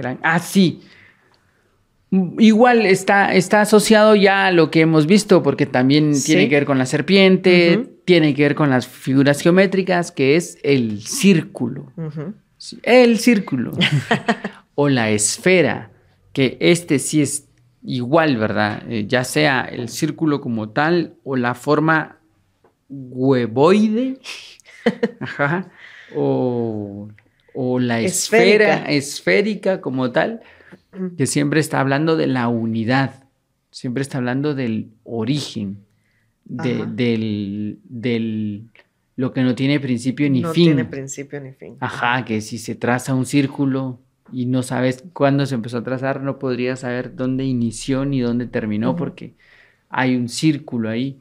Igual está asociado ya a lo que hemos visto, porque también tiene que ver con la serpiente, tiene que ver con las figuras geométricas, que es el círculo. Sí, el círculo. O la esfera, que sí es igual, ¿verdad? Ya sea el círculo como tal o la forma huevoide, ajá, o la esférica como tal, que siempre está hablando de la unidad, siempre está hablando del origen, del lo que no tiene principio ni fin. No tiene principio ni fin. Ajá, que si se traza un círculo y no sabes cuándo se empezó a trazar, no podrías saber dónde inició ni dónde terminó, porque hay un círculo ahí.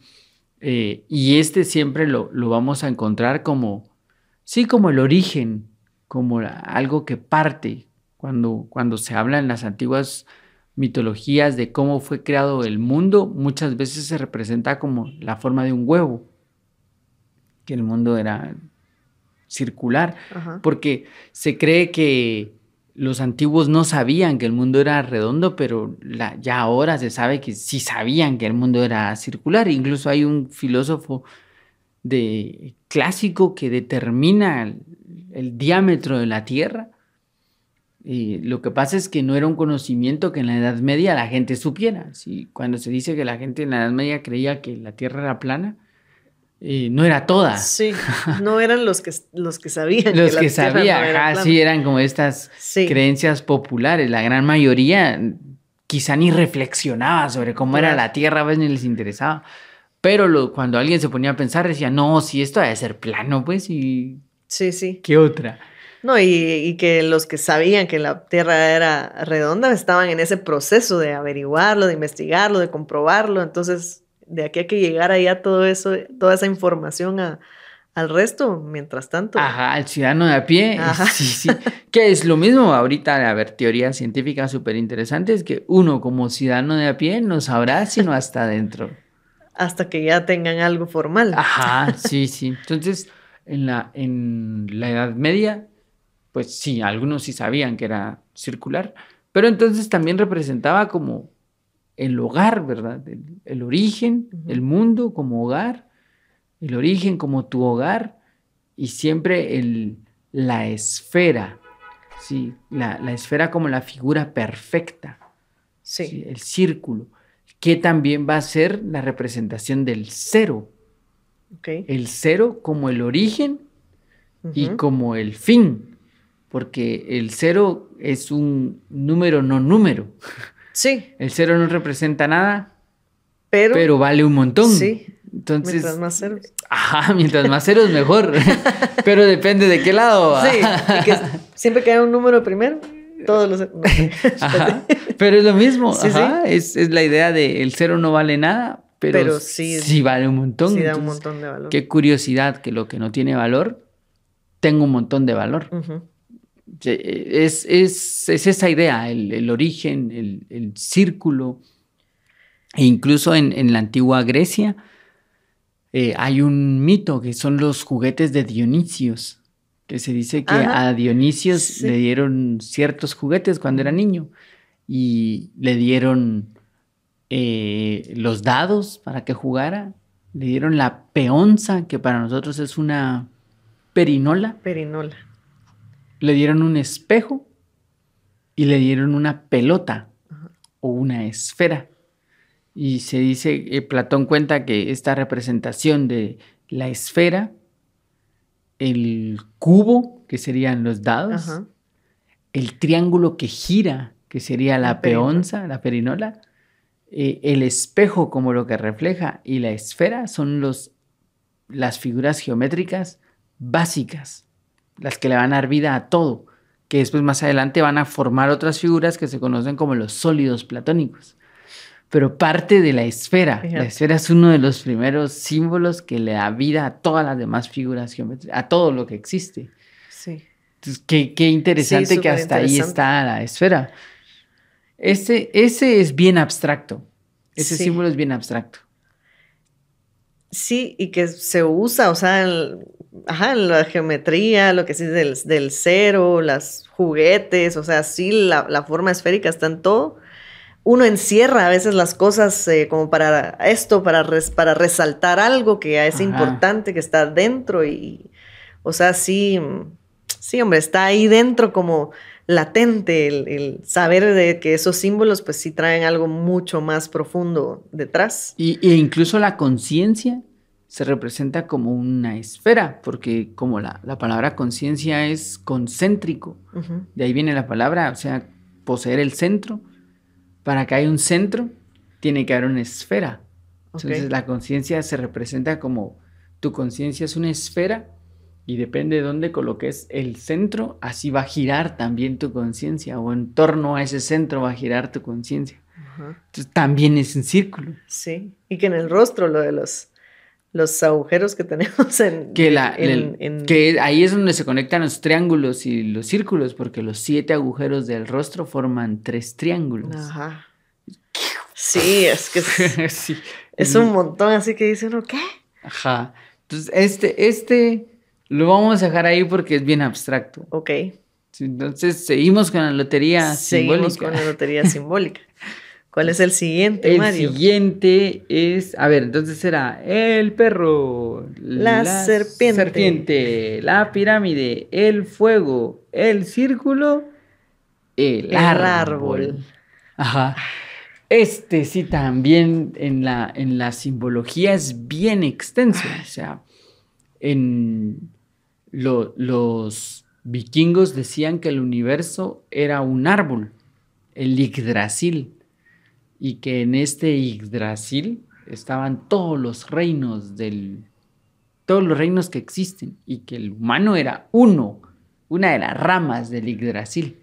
Y siempre lo vamos a encontrar como el origen, como algo que parte. Cuando se habla en las antiguas mitologías de cómo fue creado el mundo, muchas veces se representa como la forma de un huevo, que el mundo era circular, porque se cree que los antiguos no sabían que el mundo era redondo, pero ya ahora se sabe que sí sabían que el mundo era circular. Incluso hay un filósofo clásico que determina el diámetro de la Tierra. Y lo que pasa es que no era un conocimiento que en la Edad Media la gente supiera. ¿Sí? Cuando se dice que la gente en la Edad Media creía que la Tierra era plana, no era toda. Sí, no eran los que sabían. Los que sabían, sí, eran como estas creencias populares. La gran mayoría quizá ni reflexionaba sobre cómo era la Tierra, a veces ni les interesaba. Pero cuando alguien se ponía a pensar, decía, no, si esto debe ser plano, pues, y... Sí. ¿Qué otra? No, y que los que sabían que la Tierra era redonda estaban en ese proceso de averiguarlo, de investigarlo, de comprobarlo. Entonces, de aquí a que llegara ya todo eso, toda esa información al resto, mientras tanto. Ajá, al ciudadano de a pie. Ajá. Sí. Que es lo mismo ahorita, a ver, teorías científicas súper interesantes, que uno como ciudadano de a pie no sabrá sino hasta adentro. Hasta que ya tengan algo formal. Ajá, sí. Entonces, en la Edad Media, pues sí, algunos sí sabían que era circular, pero entonces también representaba como el hogar, ¿verdad? El origen, el mundo como hogar, el origen como tu hogar, y siempre la esfera, ¿sí? La esfera como la figura perfecta, ¿sí? El círculo, que también va a ser la representación del cero. El cero como el origen y como el fin. Porque el cero es un número no número. Sí. El cero no representa nada, pero vale un montón. Sí. Entonces, mientras más ceros. Ajá, mientras más ceros mejor. Pero depende de qué lado. Sí, y que siempre que haya un número primero, todos los... Ajá, pero es lo mismo. Sí. Es la idea de el cero no vale nada, pero sí, sí vale un montón. sí da un Entonces, montón de valor. qué curiosidad que lo que no tiene valor tenga un montón de valor. Ujú. Es esa idea, el origen, el círculo. E incluso en la antigua Grecia hay un mito que son los juguetes de Dionisios, que se dice que Ajá, a Dionisios le sí. dieron ciertos juguetes cuando era niño y le dieron los dados para que jugara, le dieron la peonza, que para nosotros es una perinola, Perinola. le dieron un espejo y le dieron una pelota o una esfera. Y se dice, Platón cuenta que esta representación de la esfera, el cubo, que serían los dados, Ajá. el triángulo que gira, que sería la La perinola. peonza, la perinola, el espejo como lo que refleja y la esfera son las figuras geométricas básicas, las que le van a dar vida a todo, que después más adelante van a formar otras figuras que se conocen como los sólidos platónicos. Pero parte de la esfera. Fíjate. La esfera es uno de los primeros símbolos que le da vida a todas las demás figuras geométricas, a todo lo que existe. Sí. Entonces, qué interesante Sí, que hasta ahí superinteresante. está la esfera. Ese es bien abstracto. Ese Sí. símbolo es bien abstracto. Sí, y que se usa, o sea, en la geometría, lo que sí del cero, los juguetes, o sea, sí, la forma esférica está en todo. Uno encierra a veces las cosas como para esto, para resaltar algo que es Ajá. importante, que está dentro o sea, sí, sí, hombre, está ahí dentro como latente el saber de que esos símbolos pues sí traen algo mucho más profundo detrás. E incluso la conciencia se representa como una esfera, porque como la palabra conciencia es concéntrico, Ujú. de ahí viene la palabra, o sea, poseer el centro. Para que haya un centro, tiene que haber una esfera. Entonces, Ok. la conciencia se representa como tu conciencia es una esfera y depende de dónde coloques el centro, así va a girar también tu conciencia o en torno a ese centro va a girar tu conciencia. Ajá. Entonces, también es un círculo. Sí, y que en el rostro lo de los agujeros que tenemos Que ahí es donde se conectan los triángulos y los círculos, porque los 7 agujeros del rostro forman 3 triángulos. Ajá. Sí, es que Sí. es un montón, así que dice uno, ¿qué? Ajá. Entonces, este lo vamos a dejar ahí porque es bien abstracto. Ok. Sí, entonces, seguimos con la lotería Seguimos simbólica. con la lotería simbólica. ¿Cuál es el siguiente, El Mario? siguiente es, a ver, entonces será el perro, La serpiente. la pirámide, el fuego, el círculo, el árbol. Ajá. Este sí también en la simbología es bien extenso. O sea, los vikingos decían que el universo era un árbol, el Yggdrasil, y que en este Yggdrasil estaban todos los reinos que existen, y que el humano era una de las ramas del Yggdrasil.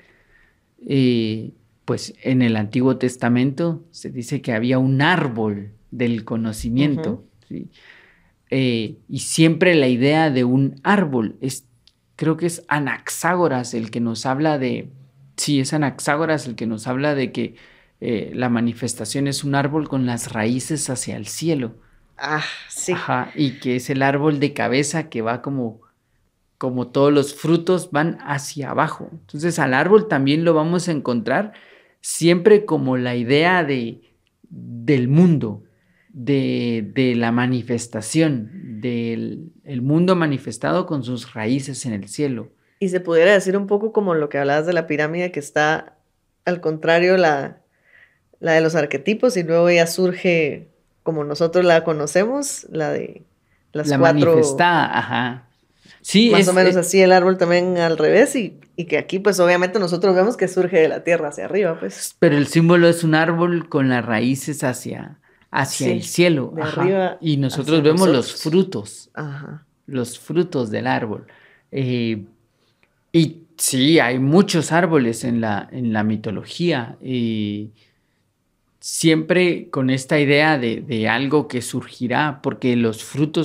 Pues en el Antiguo Testamento se dice que había un árbol del conocimiento, ¿sí? Y siempre la idea de un árbol creo que es Anaxágoras el que nos habla de, sí, es Anaxágoras el que nos habla de que la manifestación es un árbol con las raíces hacia el cielo. Ah, sí. Ajá, y que es el árbol de cabeza que va como todos los frutos van hacia abajo. Entonces al árbol también lo vamos a encontrar siempre como la idea del mundo, de la manifestación, del el mundo manifestado con sus raíces en el cielo. Y se pudiera decir un poco como lo que hablabas de la pirámide, que está al contrario la de los arquetipos, y luego ya surge como nosotros la conocemos, la de las La 4. manifestada, ajá. Sí, Más o menos así el árbol también al revés, y que aquí pues obviamente nosotros vemos que surge de la tierra hacia arriba, pues. Pero el símbolo es un árbol con las raíces hacia Sí, el cielo. de Ajá. arriba Y nosotros hacia vemos los nosotros. frutos. Ajá. Los frutos del árbol. Y sí, hay muchos árboles en la mitología. siempre con esta idea de algo que surgirá, porque los frutos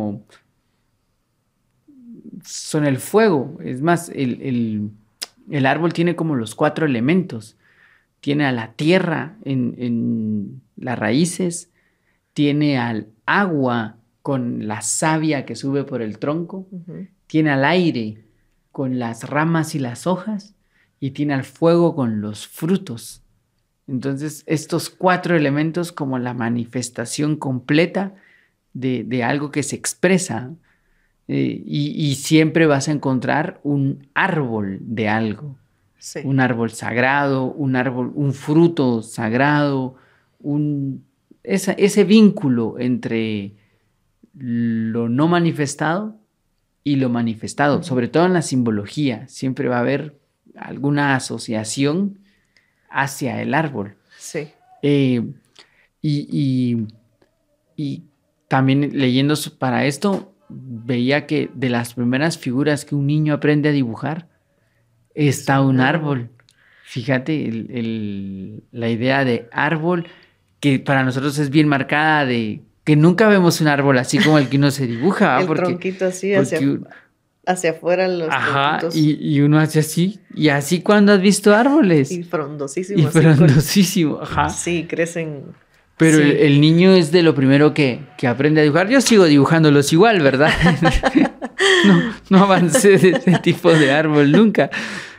son el fuego. Es más, el árbol tiene como los 4 elementos. Tiene a la tierra en las raíces, tiene al agua con la savia que sube por el tronco, tiene al aire con las ramas y las hojas, y tiene al fuego con los frutos. Entonces, estos 4 elementos como la manifestación completa de algo que se expresa, y siempre vas a encontrar un árbol de algo. Sí. Un árbol sagrado, un fruto sagrado, ese vínculo entre lo no manifestado y lo manifestado, sobre todo en la simbología, siempre va a haber alguna asociación hacia el árbol. Sí. Y también leyendo para esto, veía que de las primeras figuras que un niño aprende a dibujar, está un árbol. Fíjate, la idea de árbol, que para nosotros es bien marcada, de que nunca vemos un árbol así como el que uno se dibuja. El tronquito así, hacia afuera los tronquitos. Y uno hace así. Y así cuando has visto árboles. Y frondosísimo. Ajá. Sí, crecen. Pero sí. El niño es de lo primero que aprende a dibujar. Yo sigo dibujándolos igual, ¿verdad? No avancé de ese tipo de árbol nunca.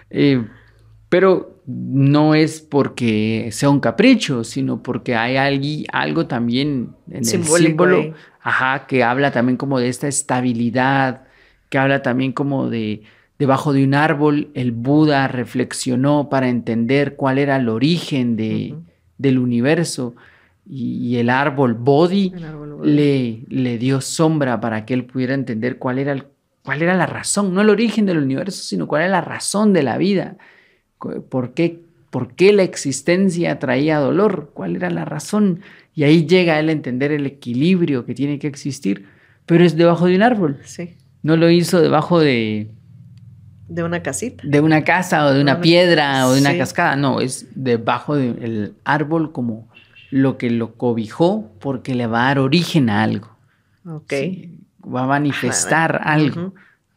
Pero no es porque sea un capricho, sino porque hay algo también en el símbolo, que habla también como de esta estabilidad, que habla también como de debajo de un árbol el Buda reflexionó para entender cuál era el origen del universo, y el árbol Bodhi le dio sombra para que él pudiera entender cuál era la razón, no el origen del universo, sino cuál era la razón de la vida. ¿Por qué la existencia traía dolor? ¿Cuál era la razón? Y ahí llega él a entender el equilibrio que tiene que existir, pero es debajo de un árbol. Sí. No lo hizo debajo de una casita. De una casa o de una piedra o de una cascada. No, es debajo del árbol como lo que lo cobijó, porque le va a dar origen a algo. Ok. Sí, va a manifestar algo.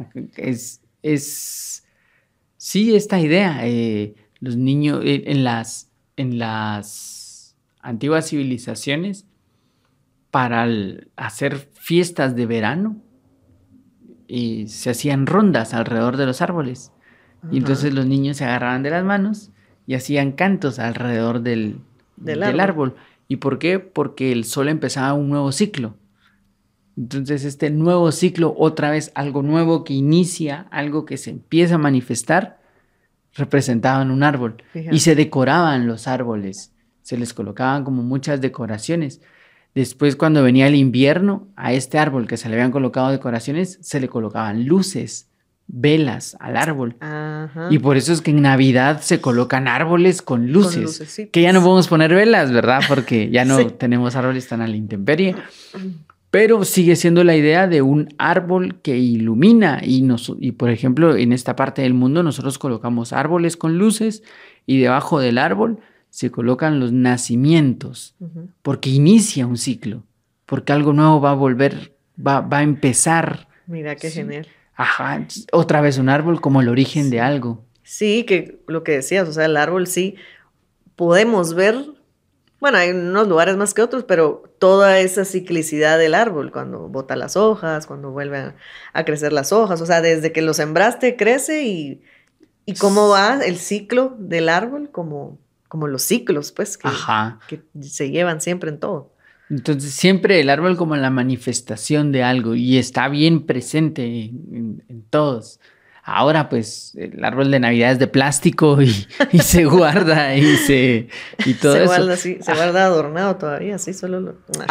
Sí, esta idea, los niños en las antiguas civilizaciones, para hacer fiestas de verano, se hacían rondas alrededor de los árboles. Y entonces los niños se agarraban de las manos y hacían cantos alrededor del árbol. ¿Y por qué? Porque el sol empezaba un nuevo ciclo. Entonces este nuevo ciclo, otra vez algo nuevo que inicia, algo que se empieza a manifestar, representaban un árbol. Fíjate. Y se decoraban los árboles, se les colocaban como muchas decoraciones. Después, cuando venía el invierno, a este árbol que se le habían colocado decoraciones, se le colocaban luces, velas al árbol. Ajá. Y por eso es que en Navidad se colocan árboles con luces, que ya no podemos poner velas, ¿verdad? Porque ya no tenemos árboles tan a la intemperie. Pero sigue siendo la idea de un árbol que ilumina. Y por ejemplo, en esta parte del mundo nosotros colocamos árboles con luces, y debajo del árbol se colocan los nacimientos, porque inicia un ciclo, porque algo nuevo va a volver, va a empezar. Mira qué genial. Ajá, otra vez un árbol como el origen de algo. Sí, que lo que decías, o sea, el árbol sí podemos ver, bueno, hay unos lugares más que otros, pero toda esa ciclicidad del árbol, cuando bota las hojas, cuando vuelven a crecer las hojas, o sea, desde que lo sembraste crece, y cómo va el ciclo del árbol, como los ciclos, pues, que se llevan siempre en todo. Entonces, siempre el árbol como la manifestación de algo, y está bien presente en todos. Ahora, pues, el árbol de Navidad es de plástico y se guarda y todo eso. Guarda así, se guarda adornado todavía, así solo lo... ¿Lo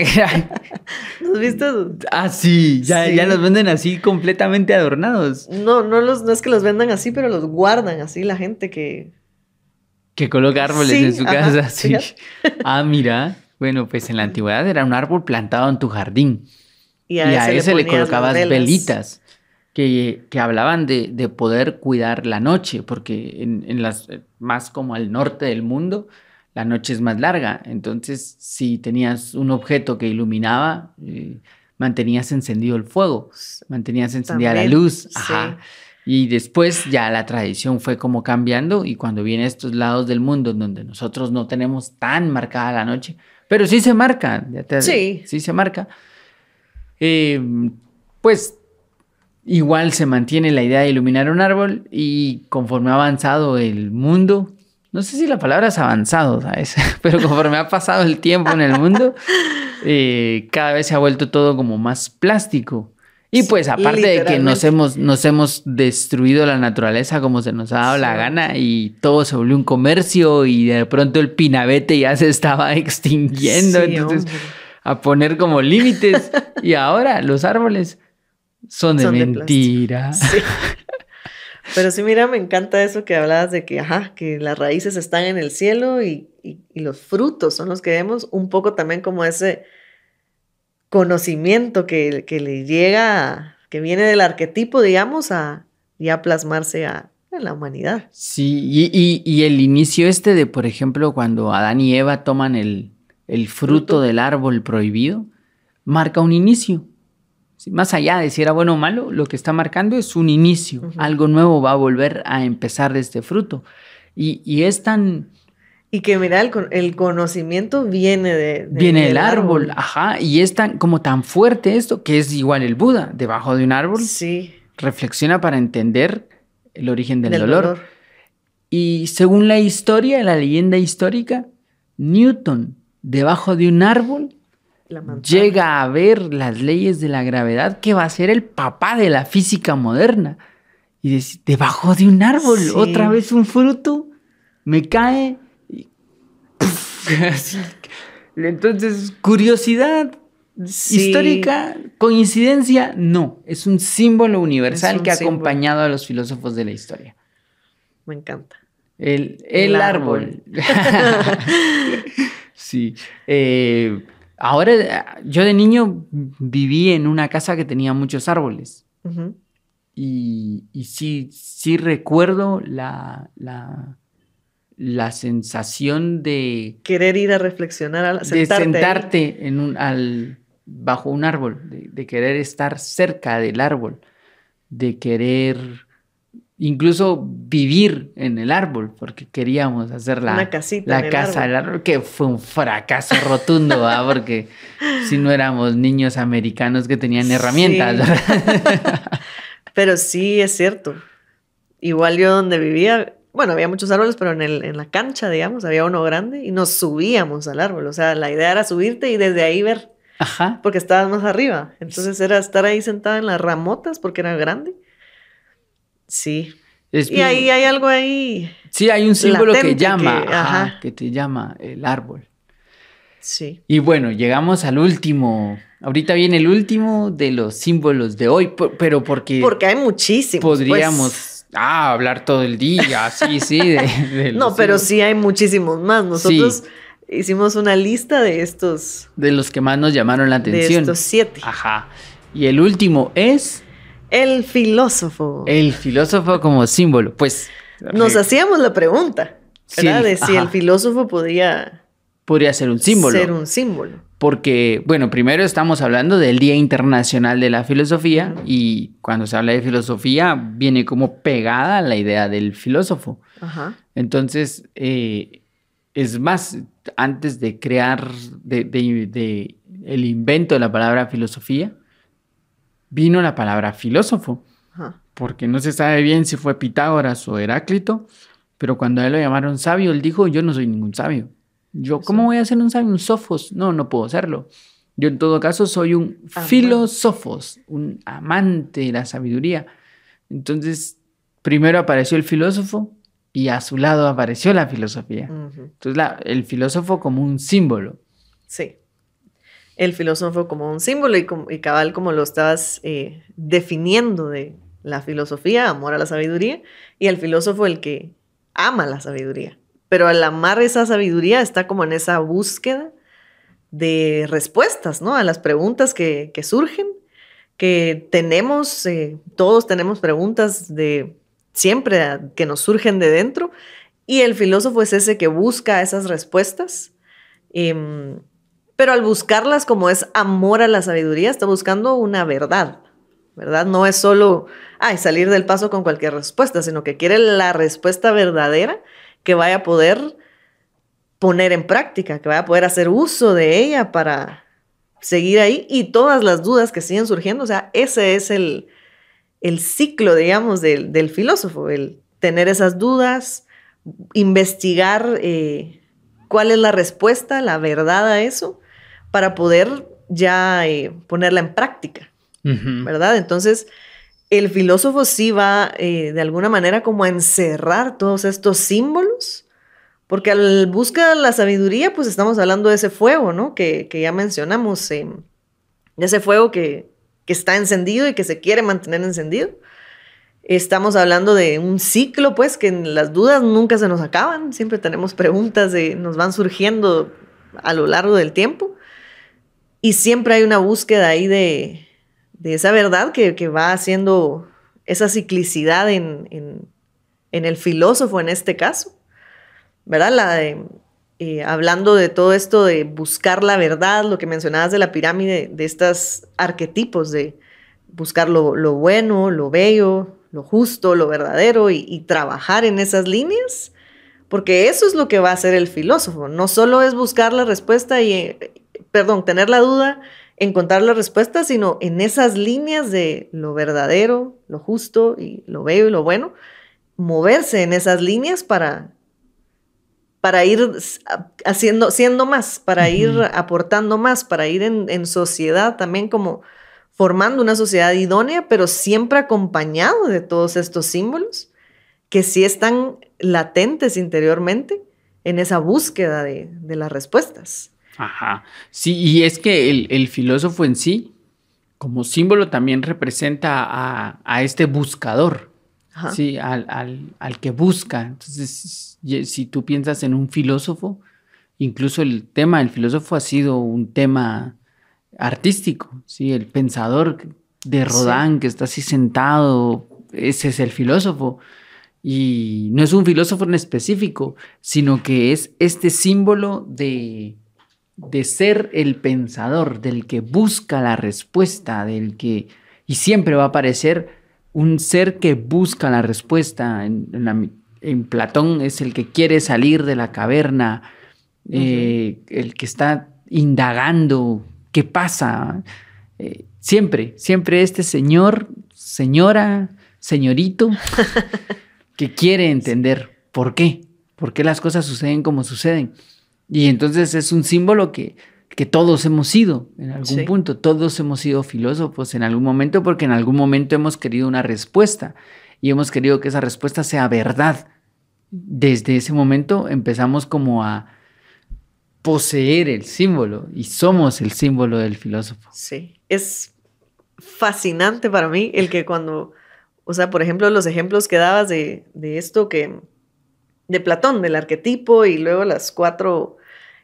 has visto? Ah, sí, ya los venden así completamente adornados. No es que los vendan así, pero los guardan así la gente que coloca árboles en su casa. Sí. Mira. Bueno, pues en la antigüedad era un árbol plantado en tu jardín. Y a ese le colocabas velitas que hablaban de poder cuidar la noche, porque en las más como al norte del mundo, la noche es más larga. Entonces, si tenías un objeto que iluminaba, mantenías encendido el fuego, mantenías encendida la También, luz. sí. Ajá. Y después ya la tradición fue como cambiando y cuando viene a estos lados del mundo donde nosotros no tenemos tan marcada la noche, pero sí se marca, Sí. sí se marca, eh, pues igual se mantiene la idea de iluminar un árbol y conforme ha avanzado el mundo, no sé si la palabra es avanzado, ¿sabes? Pero conforme ha pasado el tiempo en el mundo, cada vez se ha vuelto todo como más plástico. Y pues aparte de que Literalmente. nos hemos destruido la naturaleza como se nos ha dado la Sí, gana y todo se volvió un comercio y de pronto el pinabete ya se estaba extinguiendo, sí, entonces hombre. a poner como límites y ahora los árboles son de Son de plástico. mentira. Sí. Pero sí, mira, me encanta eso que hablabas de que, ajá, que las raíces están en el cielo y los frutos son los que vemos, un poco también como ese conocimiento que le llega, que viene del arquetipo, digamos, a ya plasmarse en la humanidad. Sí, y el inicio este de, por ejemplo, cuando Adán y Eva toman el fruto Fruto. del árbol prohibido, marca un inicio. Sí, más allá de si era bueno o malo, lo que está marcando es un inicio. Ujú. Algo nuevo va a volver a empezar de este fruto. Y es tan... Y que mira, el conocimiento viene Viene el del árbol, árbol. ajá, y es tan como tan fuerte esto que es igual el Buda, debajo de un árbol, Sí, reflexiona para entender el origen del del dolor. dolor. Y según la historia, la leyenda histórica, Newton, debajo de un árbol, La manzana. llega a ver las leyes de la gravedad que va a ser el papá de la física moderna. Y dice, debajo de un árbol, otra Sí, vez un fruto, me cae. Y ¡puf! Así. Entonces, curiosidad sí, histórica, coincidencia, no. Es un símbolo es universal un que ha símbolo. acompañado a los filósofos de la historia. Me encanta. El El árbol. árbol. Sí. Ahora, yo de niño viví en una casa que tenía muchos árboles. Ujú. Y sí, sí recuerdo la sensación Querer ir a reflexionar, de sentarte ahí. sentarte bajo un árbol, de querer estar cerca del árbol, de querer incluso vivir en el árbol, porque queríamos hacer Una casita en la el casa árbol. del árbol, que fue un fracaso rotundo, ¿verdad? Porque si no éramos niños americanos que tenían herramientas, Sí, ¿verdad? pero sí es cierto. Igual yo donde vivía, bueno, había muchos árboles, pero en la cancha, digamos, había uno grande y nos subíamos al árbol. O sea, la idea era subirte y desde ahí ver, Ajá. porque estabas más arriba. Entonces era estar ahí sentada en las ramotas porque era grande. Sí. Es Y ahí bien. hay algo ahí Sí, hay un símbolo que latente llama, que, ajá, ajá, que te llama el árbol. sí. Y bueno, llegamos al último. Ahorita viene el último de los símbolos de hoy, pero porque Porque hay muchísimos, pues. podríamos hablar todo el día, sí, sí, de los No, pero símbolos. sí hay muchísimos más. Sí, Nosotros hicimos una lista de los que más nos llamaron la de atención. estos 7. Ajá. Y el último es El filósofo. el filósofo como símbolo. Pues Nos hacíamos la pregunta, sí, ¿verdad? De si el ajá, filósofo podía podría ser un ser símbolo. un símbolo. Porque, bueno, primero estamos hablando del Día Internacional de la Filosofía Ujú. y cuando se habla de filosofía viene como pegada la idea del filósofo. Ajá. Entonces, es más, antes de crear de el invento de la palabra filosofía, vino la palabra filósofo, Ajá. porque no se sabe bien si fue Pitágoras o Heráclito, pero cuando a él lo llamaron sabio, él dijo, yo no soy ningún sabio. Yo, ¿cómo Eso. voy a ser un sabio? Un sofos. No, no puedo serlo. Yo en todo caso soy un Amán. filósofos, un amante de la sabiduría. Entonces, primero apareció el filósofo y a su lado apareció la filosofía. Ujú. Entonces, el filósofo como un símbolo. Sí. El filósofo como un símbolo y cabal como lo estabas definiendo de la filosofía, amor a la sabiduría, y el filósofo el que ama la sabiduría. Pero al amar esa sabiduría está como en esa búsqueda de respuestas, ¿no? A las preguntas que surgen, que todos tenemos preguntas de siempre que nos surgen de dentro Y el filósofo es ese que busca esas respuestas, pero al buscarlas como es amor a la sabiduría, está buscando una verdad, ¿verdad? No es solo salir del paso con cualquier respuesta, sino que quiere la respuesta verdadera que vaya a poder poner en práctica, que vaya a poder hacer uso de ella para seguir ahí y todas las dudas que siguen surgiendo. O sea, ese es el ciclo, digamos, del filósofo, el tener esas dudas, investigar cuál es la respuesta, la verdad a eso, para poder ya ponerla en práctica, ¿verdad? Entonces, el filósofo sí va de alguna manera como a encerrar todos estos símbolos, porque al buscar la sabiduría, pues estamos hablando de ese fuego, ¿no? Que ya mencionamos, de ese fuego que está encendido y que se quiere mantener encendido. Estamos hablando de un ciclo, pues, que las dudas nunca se nos acaban. Siempre tenemos preguntas nos van surgiendo a lo largo del tiempo. Y siempre hay una búsqueda ahí de esa verdad que va haciendo esa ciclicidad en el filósofo en este caso, ¿verdad? Hablando de todo esto de buscar la verdad, lo que mencionabas de la pirámide, de estos arquetipos de buscar lo bueno, lo bello, lo justo, lo verdadero y trabajar en esas líneas, porque eso es lo que va a hacer el filósofo. No solo es buscar la respuesta tener la duda, encontrar la respuesta, sino en esas líneas de lo verdadero, lo justo y lo bello y lo bueno, moverse en esas líneas para ir siendo más, para ir aportando más, para ir en sociedad también como formando una sociedad idónea, pero siempre acompañado de todos estos símbolos que sí están latentes interiormente en esa búsqueda de las respuestas. Ajá. Sí, y es que el filósofo en sí, como símbolo, también representa a este buscador, ¿sí? Al que busca. Entonces, si tú piensas en un filósofo, incluso el tema del filósofo ha sido un tema artístico, ¿sí? El pensador de Rodin, que está así sentado, ese es el filósofo. Y no es un filósofo en específico, sino que es este símbolo de ser el pensador, del que busca la respuesta, y siempre va a aparecer un ser que busca la respuesta. En Platón es el que quiere salir de la caverna, el que está indagando qué pasa. Siempre este señor, señora, señorito, que quiere entender por qué las cosas suceden como suceden. Y entonces es un símbolo que todos hemos sido en algún punto, todos hemos sido filósofos en algún momento, porque en algún momento hemos querido una respuesta y hemos querido que esa respuesta sea verdad. Desde ese momento empezamos como a poseer el símbolo y somos el símbolo del filósofo. Sí, es fascinante para mí el que por ejemplo, los ejemplos que dabas de esto de Platón, del arquetipo y luego las 4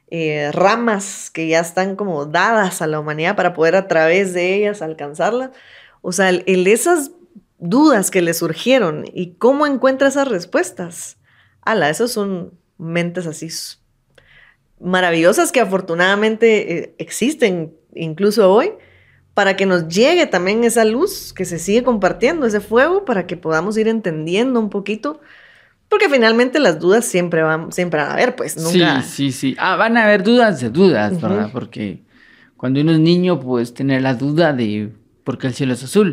ramas que ya están como dadas a la humanidad para poder a través de ellas alcanzarla. O sea, esas dudas que le surgieron y cómo encuentra esas respuestas. Esas son mentes así maravillosas que afortunadamente existen incluso hoy, para que nos llegue también esa luz que se sigue compartiendo, ese fuego, para que podamos ir entendiendo un poquito. Porque finalmente las dudas siempre van a haber, pues nunca. Sí. Van a haber dudas de dudas, ¿verdad? Porque cuando uno es niño, puedes tener la duda de por qué el cielo es azul.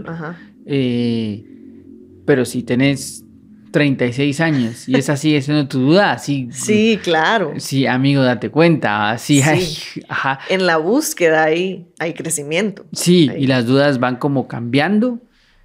Pero si tenés 36 años y esa sigue siendo tu duda, así. Sí, claro. Sí, amigo, date cuenta. Así hay. Ajá. En la búsqueda hay crecimiento. Sí, y las dudas van como cambiando.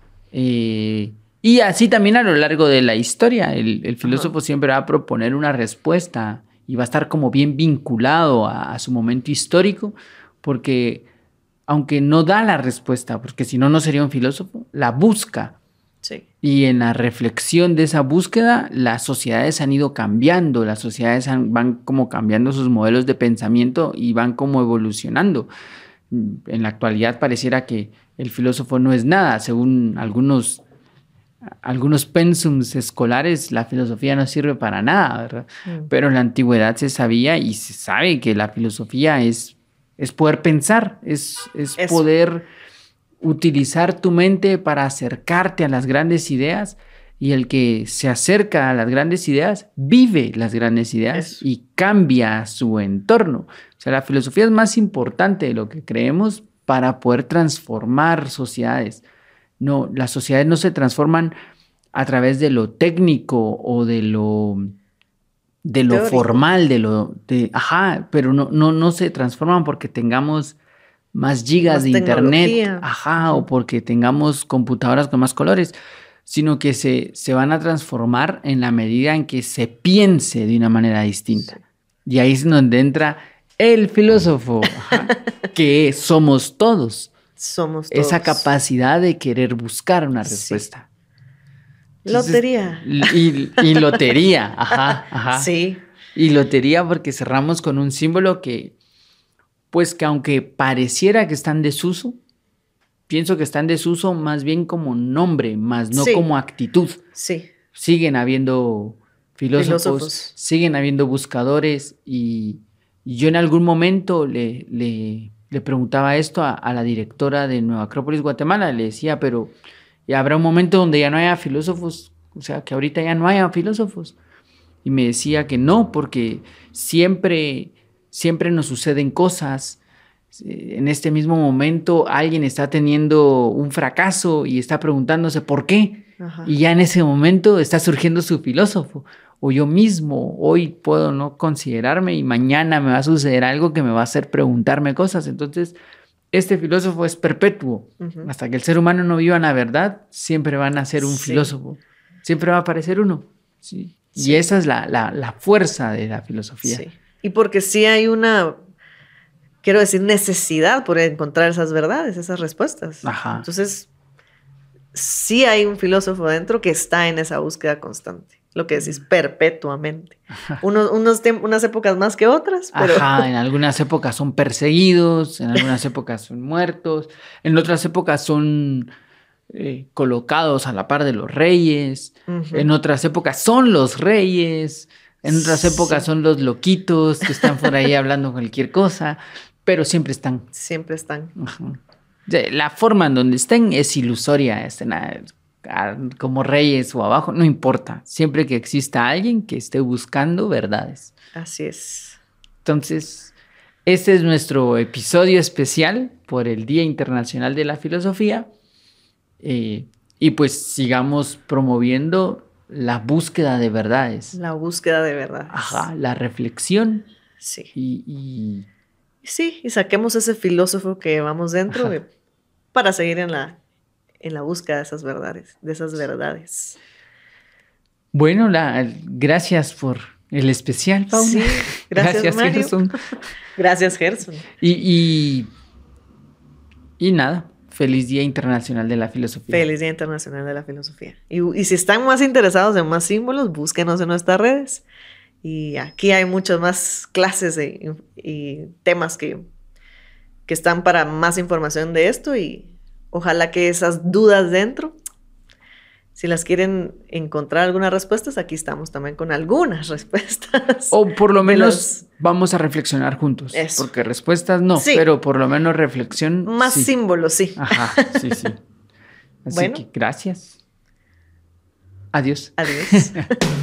Y así también a lo largo de la historia, el filósofo siempre va a proponer una respuesta y va a estar como bien vinculado a su momento histórico, porque aunque no da la respuesta, porque si no, no sería un filósofo, la busca. Sí. Y en la reflexión de esa búsqueda, las sociedades han ido cambiando, las sociedades van como cambiando sus modelos de pensamiento y van como evolucionando. En la actualidad pareciera que el filósofo no es nada, según algunos algunos pensums escolares, la filosofía no sirve para nada, ¿verdad? Pero en la antigüedad se sabía y se sabe que la filosofía es poder pensar, es poder utilizar tu mente para acercarte a las grandes ideas, y el que se acerca a las grandes ideas vive las grandes ideas y cambia su entorno. O sea, la filosofía es más importante de lo que creemos para poder transformar sociedades. No, las sociedades no se transforman a través de lo técnico o de lo formal, pero no se transforman porque tengamos más gigas de internet, o porque tengamos computadoras con más colores, sino que se van a transformar en la medida en que se piense de una manera distinta. Y ahí es donde entra el filósofo, que somos todos. Somos todos. Esa capacidad de querer buscar una respuesta. Entonces, lotería. Y lotería, ajá. Sí. Y lotería porque cerramos con un símbolo que aunque pareciera que está en desuso, pienso que está en desuso más bien como nombre, más no como actitud. Sí. Siguen habiendo filósofos, siguen habiendo buscadores, y yo en algún momento le preguntaba esto a la directora de Nueva Acrópolis, Guatemala. Le decía, pero habrá un momento donde ya no haya filósofos, o sea, que ahorita ya no haya filósofos. Y me decía que no, porque siempre nos suceden cosas. En este mismo momento alguien está teniendo un fracaso y está preguntándose por qué. Y ya en ese momento está surgiendo su filósofo. O yo mismo hoy puedo no considerarme y mañana me va a suceder algo que me va a hacer preguntarme cosas. Entonces, este filósofo es perpetuo. Hasta que el ser humano no viva en la verdad, siempre van a ser un filósofo. Siempre va a aparecer uno. Sí. Y esa es la fuerza de la filosofía. Sí. Y porque sí hay una, quiero decir, necesidad por encontrar esas verdades, esas respuestas. Entonces, sí hay un filósofo dentro que está en esa búsqueda constante. Lo que decís, perpetuamente. Unas épocas más que otras, pero... en algunas épocas son perseguidos, en algunas épocas son muertos, en otras épocas son colocados a la par de los reyes, en otras épocas son los reyes, en otras épocas son los loquitos que están por ahí hablando cualquier cosa, pero siempre están. Siempre están. La forma en donde estén es ilusoria, como reyes o abajo, no importa. Siempre que exista alguien que esté buscando verdades. Así es. Entonces, este es nuestro episodio especial por el Día Internacional de la Filosofía. Y pues sigamos promoviendo la búsqueda de verdades. La búsqueda de verdades. La reflexión. Sí. Sí, y saquemos ese filósofo que llevamos dentro para seguir en la búsqueda de esas verdades. Bueno, gracias por el especial, Paula. Sí, gracias Mario. Gerson. Gracias, Gerson. Y nada, feliz Día Internacional de la Filosofía. Feliz Día Internacional de la Filosofía. Y si están más interesados en más símbolos, búsquenos en nuestras redes. Y aquí hay muchas más clases y temas que están para más información de esto, y ojalá que esas dudas dentro, si las quieren encontrar algunas respuestas, aquí estamos también con algunas respuestas. O por lo menos vamos a reflexionar juntos. Eso. Porque respuestas no, pero por lo menos reflexión. Más símbolos, sí. Sí. Así bueno. que gracias. Adiós. Adiós.